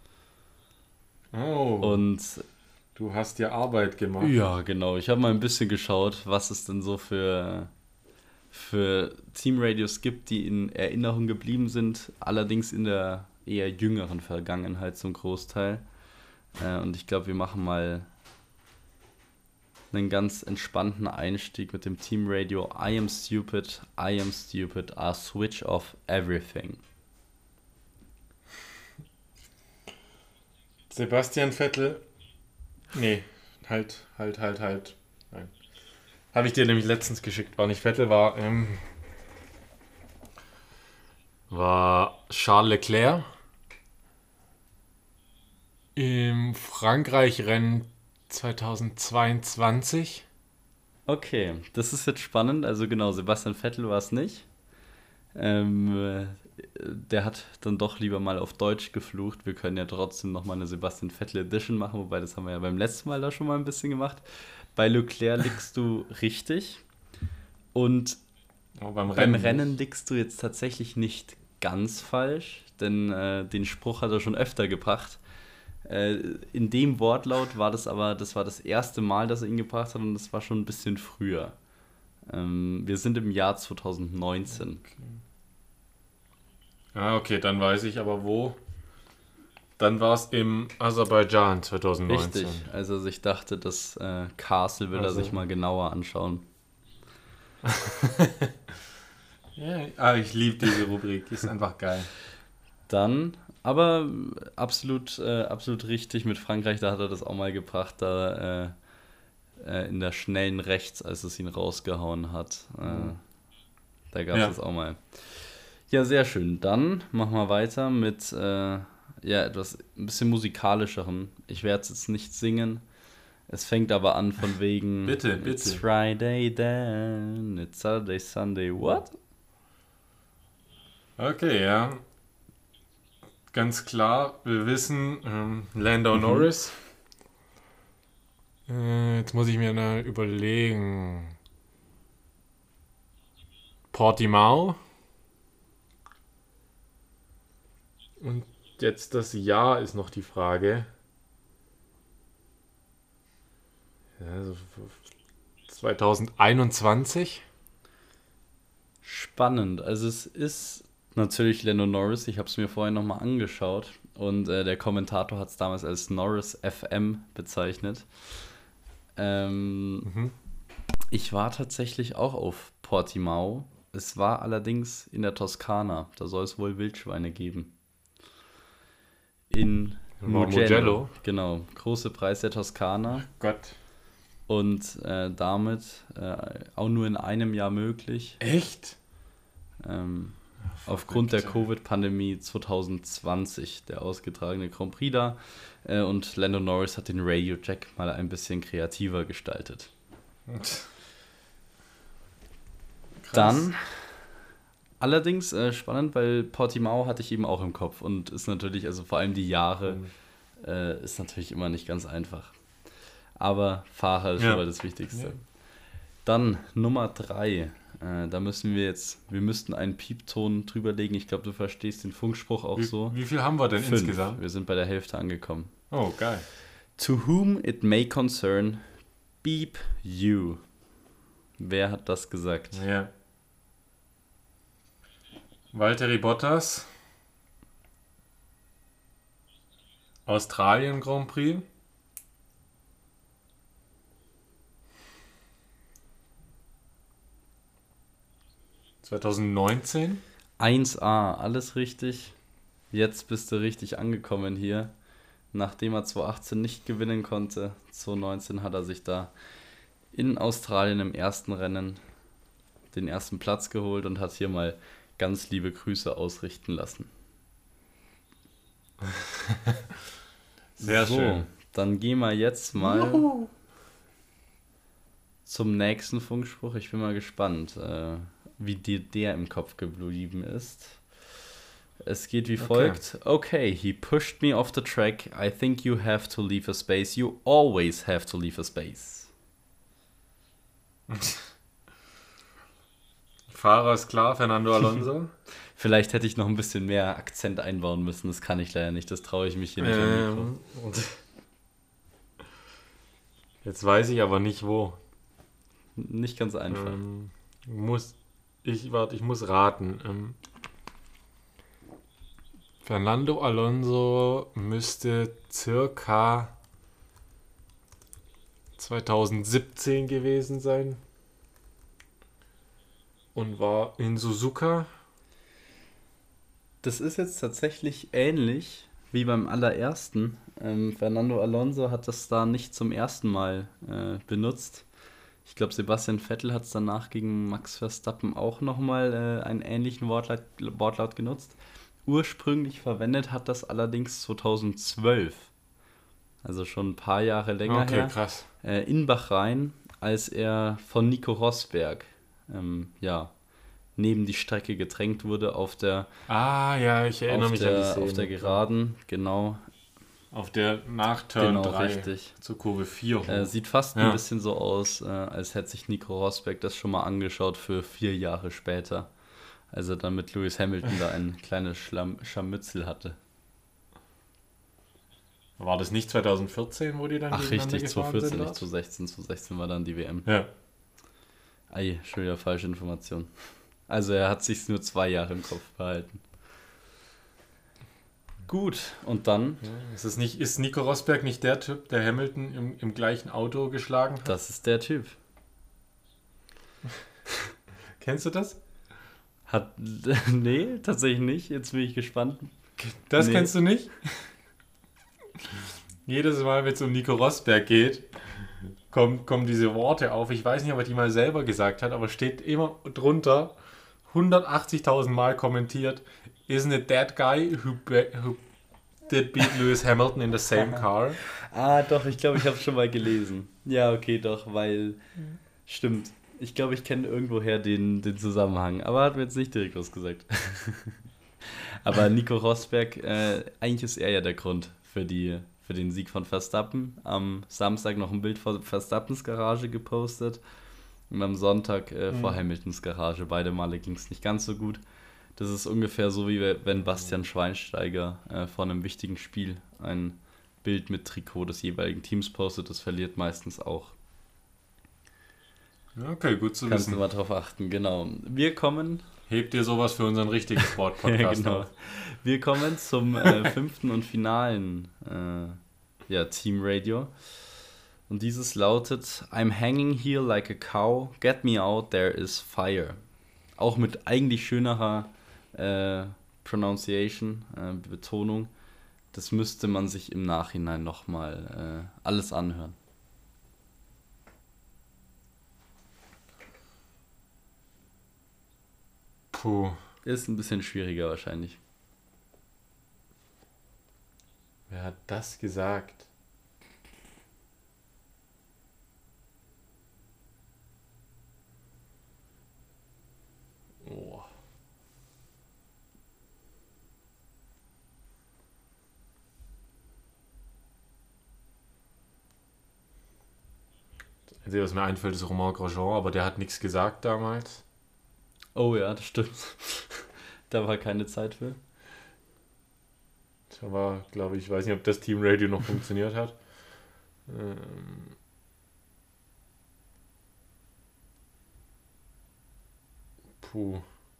Oh, Und du hast ja Arbeit gemacht. ja, genau. Ich habe mal ein bisschen geschaut, was es denn so für, für Teamradios gibt, die in Erinnerung geblieben sind. Allerdings in der eher jüngeren Vergangenheit zum Großteil. Äh, und ich glaube, wir machen mal einen ganz entspannten Einstieg mit dem Teamradio I am stupid, I am stupid, I switch off everything. Sebastian Vettel. Nee, halt, halt, halt, halt. Nein. Habe ich dir nämlich letztens geschickt. War nicht Vettel, war, ähm, war Charles Leclerc im Frankreich-Rennen zweitausendzweiundzwanzig. Okay, das ist jetzt spannend. Also genau, Sebastian Vettel war es nicht. Ähm, äh, der hat dann doch lieber mal auf Deutsch geflucht. Wir können ja trotzdem nochmal eine Sebastian Vettel Edition machen, wobei das haben wir ja beim letzten Mal da schon mal ein bisschen gemacht. Bei Leclerc liegst du richtig. Und Aber beim beim Rennen. Rennen liegst du jetzt tatsächlich nicht ganz falsch, denn äh, den Spruch hat er schon öfter gebracht. Äh, in dem Wortlaut war das aber, das war das erste Mal, dass er ihn gebracht hat und das war schon ein bisschen früher. Ähm, wir sind im Jahr zweitausendneunzehn. Ah, okay, dann weiß ich aber wo. Dann war es im Aserbaidschan zweitausendneunzehn. Richtig, also ich dachte, das äh, Castle will er Also- sich mal genauer anschauen. Ja, ah, ich liebe diese Rubrik, die ist einfach geil. Dann, aber absolut, äh, absolut richtig mit Frankreich, da hat er das auch mal gebracht, da äh, äh, in der schnellen Rechts, als es ihn rausgehauen hat. Äh, da gab es Ja. das auch mal. Ja, sehr schön. Dann machen wir weiter mit äh, ja, etwas ein bisschen musikalischerem. Ich werde es jetzt nicht singen. Es fängt aber an von wegen Bitte, It's bitte. Friday then, it's Saturday, Sunday, what? Okay, ja. Ganz klar, wir wissen, ähm, Lando Norris. Äh, jetzt muss ich mir mal überlegen. Portimao. Und jetzt das Jahr ist noch die Frage. Ja, so zweitausendeinundzwanzig. Spannend. Also es ist natürlich Lando Norris. Ich habe es mir vorhin nochmal angeschaut und äh, der Kommentator hat es damals als Norris F M bezeichnet. Ähm, Mhm. Ich war tatsächlich auch auf Portimao. Es war allerdings in der Toskana. Da soll es wohl Wildschweine geben. In War Mugello. Mugello. Genau. Große Preis der Toskana. Gott. Und äh, damit äh, auch nur in einem Jahr möglich. Echt? Ähm, aufgrund der Verrückt. Covid-Pandemie zwanzig zwanzig, der ausgetragene Grand Prix da. Äh, und Lando Norris hat den Radio Jack mal ein bisschen kreativer gestaltet. Krass. Dann, allerdings äh, spannend, weil Portimao hatte ich eben auch im Kopf und ist natürlich, also vor allem die Jahre, Mhm. äh, ist natürlich immer nicht ganz einfach. Aber Fahrer ist Ja. schon mal das Wichtigste. Ja. Dann Nummer drei. Äh, da müssen wir jetzt, wir müssten einen Piepton drüberlegen. Ich glaube, du verstehst den Funkspruch auch Wie, so. wie viel haben wir denn Fünf. insgesamt? Wir sind bei der Hälfte angekommen. Oh, geil. To whom it may concern, beep you. Wer hat das gesagt? Ja. Valtteri Bottas. Australien Grand Prix. zwanzig neunzehn. eins a, alles richtig. Jetzt bist du richtig angekommen hier. Nachdem er zwanzig achtzehn nicht gewinnen konnte, zwanzig neunzehn hat er sich da in Australien im ersten Rennen den ersten Platz geholt und hat hier mal ganz liebe Grüße ausrichten lassen. Sehr so, schön. dann gehen wir jetzt mal Juhu. zum nächsten Funkspruch. Ich bin mal gespannt, äh, wie dir der im Kopf geblieben ist. Es geht wie folgt. Okay, he pushed me off the track. I think you have to leave a space. You always have to leave a space. Fahrer ist klar, Fernando Alonso. Vielleicht hätte ich noch ein bisschen mehr Akzent einbauen müssen. Das kann ich leider nicht. Das traue ich mich hier nicht am Mikro. ähm, und jetzt weiß ich aber nicht wo. Nicht ganz einfach. Ähm, muss ich warte, ich muss raten. Ähm, Fernando Alonso müsste circa zwanzig siebzehn gewesen sein und war in Suzuka. Das ist jetzt tatsächlich ähnlich wie beim allerersten. Ähm, Fernando Alonso hat das da nicht zum ersten Mal äh, benutzt. Ich glaube, Sebastian Vettel hat es danach gegen Max Verstappen auch nochmal äh, einen ähnlichen Wortlaut, Wortlaut genutzt. Ursprünglich verwendet hat das allerdings zweitausendzwölf. Also schon ein paar Jahre länger Okay, her. krass. Äh, in Bahrain, als er von Nico Rosberg ähm, ja, neben die Strecke gedrängt wurde auf der, Ah, ja, ich erinnere auf mich der, an die Szene. auf der Geraden, genau, Auf der nach Turn genau drei richtig. zur Kurve vier hoch. Äh, sieht fast Ja. ein bisschen so aus, äh, als hätte sich Nico Rosberg das schon mal angeschaut für vier Jahre später, als er dann mit Lewis Hamilton da ein kleines Schlamm Scharmützel hatte. War das nicht zwanzig vierzehn, wo die dann Ach gegeneinander richtig, gefahren zweitausendvierzehn, sind nicht dort? zweitausendsechzehn. zweitausendsechzehn war dann die W M. Ja. Ei, schon wieder falsche Information. Also er hat sich nur zwei Jahre im Kopf behalten. Gut, und dann, Ist, es nicht, ist Nico Rosberg nicht der Typ, der Hamilton im, im gleichen Auto geschlagen hat? das ist der Typ. Kennst du das? Hat, nee, tatsächlich nicht. Jetzt bin ich gespannt. Das Nee. kennst du nicht? Jedes Mal, wenn es um Nico Rosberg geht, kommen, kommen diese Worte auf. Ich weiß nicht, ob er die mal selber gesagt hat, aber steht immer drunter, hundertachtzigtausend Mal kommentiert, isn't it that guy who, be- who did beat Lewis Hamilton in the same car? Ah, doch, ich glaube, ich habe es schon mal gelesen. Ja, okay, doch, weil, stimmt. Ich glaube, ich kenne irgendwoher den, den Zusammenhang, aber hat mir jetzt nicht direkt was gesagt. Aber Nico Rosberg, äh, eigentlich ist er ja der Grund für, die, für den Sieg von Verstappen. Am Samstag noch ein Bild vor Verstappens Garage gepostet und am Sonntag äh, vor Mhm. Hamiltons Garage. Beide Male ging es nicht ganz so gut. Das ist ungefähr so, wie wenn Bastian Schweinsteiger äh, vor einem wichtigen Spiel ein Bild mit Trikot des jeweiligen Teams postet. Das verliert meistens auch. Okay, gut zu Kannst du wissen. mal drauf achten, genau. Wir kommen, Hebt dir sowas für unseren richtigen ja, Sport-Podcast genau. auf. Wir kommen zum äh, fünften und finalen äh, ja, Team Radio. Und dieses lautet: I'm hanging here like a cow, get me out, there is fire. Auch mit eigentlich schönerer äh, Pronunciation, äh, Betonung. Das müsste man sich im Nachhinein nochmal äh, alles anhören. Puh. Ist ein bisschen schwieriger wahrscheinlich. Wer hat das gesagt? Oh. Also, was mir einfällt, ist Romain Grosjean, aber der hat nichts gesagt damals. Oh ja, das stimmt. Da war keine Zeit für. Da war, glaube ich, ich weiß nicht, ob das Teamradio noch funktioniert hat. Ähm Puh.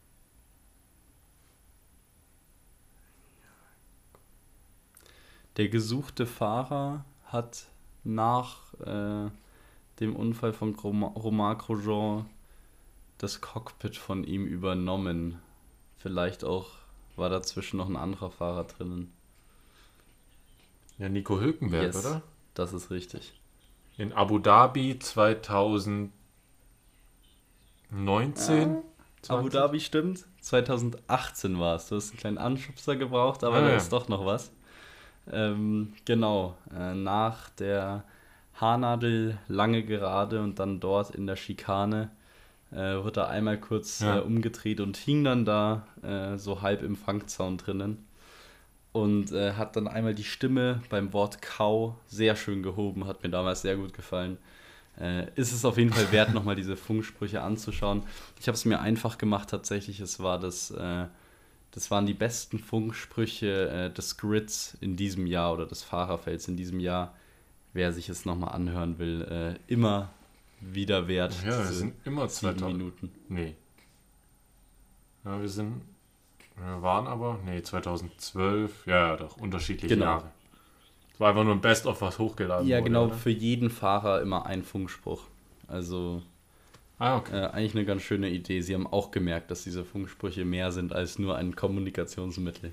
Der gesuchte Fahrer hat nach äh, dem Unfall von Rom- Romain Grosjean das Cockpit von ihm übernommen. Vielleicht auch war dazwischen noch ein anderer Fahrer drinnen. Ja, Nico Hülkenberg, Yes, oder? das ist richtig. In Abu Dhabi zweitausendneunzehn. Abu Dhabi stimmt. zweitausendachtzehn war es. Du hast einen kleinen Anschubser gebraucht, aber Ah, da ja. ist doch noch was. Ähm, genau. Äh, nach der Haarnadel lange Gerade und dann dort in der Schikane äh, wird er einmal kurz Ja. äh, umgedreht und hing dann da äh, so halb im Fangzaun drinnen. Und äh, hat dann einmal die Stimme beim Wort Kau sehr schön gehoben, hat mir damals sehr gut gefallen. Äh, ist es auf jeden Fall wert, nochmal diese Funksprüche anzuschauen. Ich habe es mir einfach gemacht tatsächlich. Es war das, äh, das waren die besten Funksprüche äh, des Grids in diesem Jahr oder des Fahrerfelds in diesem Jahr. Wer sich es nochmal anhören will, äh, immer wieder wert. Ja, wir diese sind immer sieben zweitausend. Minuten. Nee. Ja, wir sind. Wir waren aber. Nee, zweitausendzwölf. Ja, ja, doch. Unterschiedliche Genau. Jahre. Es war einfach nur ein Best-of, was hochgeladen Ja, wurde. genau, Oder? für jeden Fahrer immer ein Funkspruch. Also Ah, okay. äh, eigentlich eine ganz schöne Idee. Sie haben auch gemerkt, dass diese Funksprüche mehr sind als nur ein Kommunikationsmittel.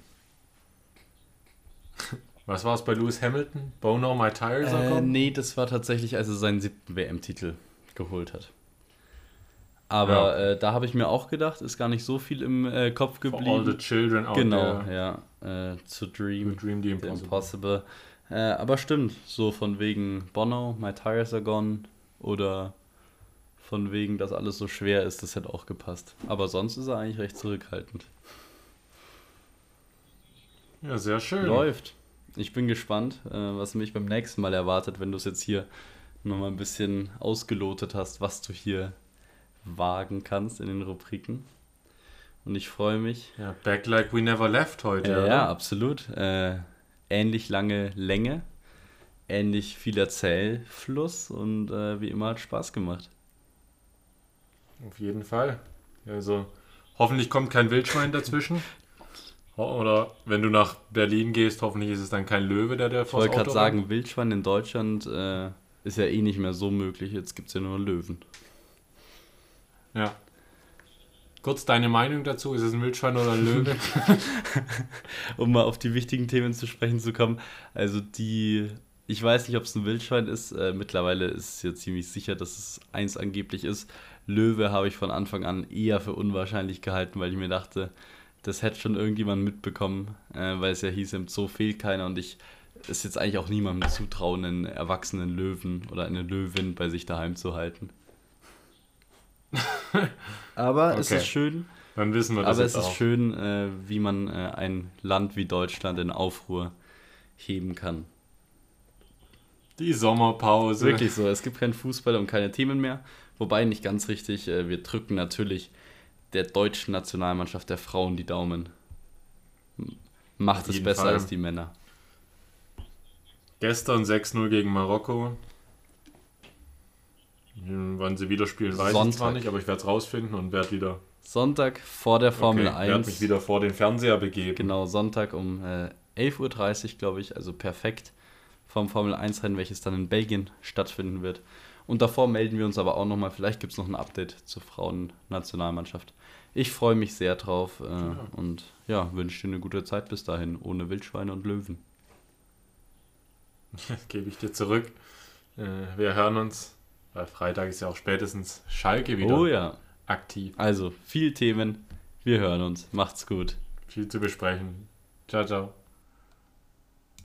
Was war es bei Lewis Hamilton? Bono, my tires are Äh, gone? nee, das war tatsächlich, als er seinen siebten W M-Titel geholt hat. Aber Ja, okay. äh, da habe ich mir auch gedacht, ist gar nicht so viel im äh, Kopf For all geblieben. the children out Genau, there ja. Äh, to who dream, dream the the impossible. impossible. Äh, aber stimmt, so von wegen Bono, my tires are gone oder von wegen, dass alles so schwer ist, das hätte auch gepasst. Aber sonst ist er eigentlich recht zurückhaltend. Ja, sehr schön. Läuft. Ich bin gespannt, äh, was mich beim nächsten Mal erwartet, wenn du es jetzt hier nochmal ein bisschen ausgelotet hast, was du hier wagen kannst in den Rubriken. Und ich freue mich. Ja, back like we never left heute. Ja, oder? ja, absolut. Äh, ähnlich lange Länge, ähnlich viel Erzählfluss und äh, wie immer hat Spaß gemacht. Auf jeden Fall. Also, hoffentlich kommt kein Wildschwein dazwischen. Ho- Oder wenn du nach Berlin gehst, hoffentlich ist es dann kein Löwe, der der Ich vors wollte gerade Auto rennt. sagen, Wildschwein in Deutschland äh, ist ja eh nicht mehr so möglich. Jetzt gibt es ja nur Löwen. Ja. Kurz deine Meinung dazu, ist es ein Wildschwein oder ein Löwe? Um mal auf die wichtigen Themen zu sprechen zu kommen. Also die, ich weiß nicht, ob es ein Wildschwein ist. Äh, mittlerweile ist es ja ziemlich sicher, dass es eins angeblich ist. Löwe habe ich von Anfang an eher für unwahrscheinlich gehalten, weil ich mir dachte, das hätte schon irgendjemand mitbekommen, äh, weil es ja hieß, im Zoo fehlt keiner und ich es jetzt eigentlich auch niemandem zutrauen, einen erwachsenen Löwen oder eine Löwin bei sich daheim zu halten. Aber es Okay. ist schön, Dann wissen wir das aber es jetzt ist auch. schön, äh, wie man äh, ein Land wie Deutschland in Aufruhr heben kann. Die Sommerpause. Wirklich so, es gibt keinen Fußball und keine Themen mehr. Wobei nicht ganz richtig, äh, wir drücken natürlich der deutschen Nationalmannschaft der Frauen die Daumen. M- Macht Auf es jeden besser Fall. als die Männer. Gestern sechs null gegen Marokko. Hm, Wann sie wieder spielen, weiß ich zwar Sonntag. nicht, aber ich werde es rausfinden und werde wieder, Sonntag vor der Formel okay, werde mich eins. wieder vor den Fernseher begeben. Genau, Sonntag um äh, elf Uhr dreißig, glaube ich, also perfekt vom Formel eins Rennen, welches dann in Belgien stattfinden wird. Und davor melden wir uns aber auch nochmal, vielleicht gibt es noch ein Update zur Frauen-Nationalmannschaft. Ich freue mich sehr drauf äh, und ja, wünsche dir eine gute Zeit bis dahin, ohne Wildschweine und Löwen. Gebe ich dir zurück. Äh, wir hören uns, weil Freitag ist ja auch spätestens Schalke wieder Oh ja, aktiv. also viel Themen, wir hören uns, macht's gut. Viel zu besprechen. Ciao, ciao.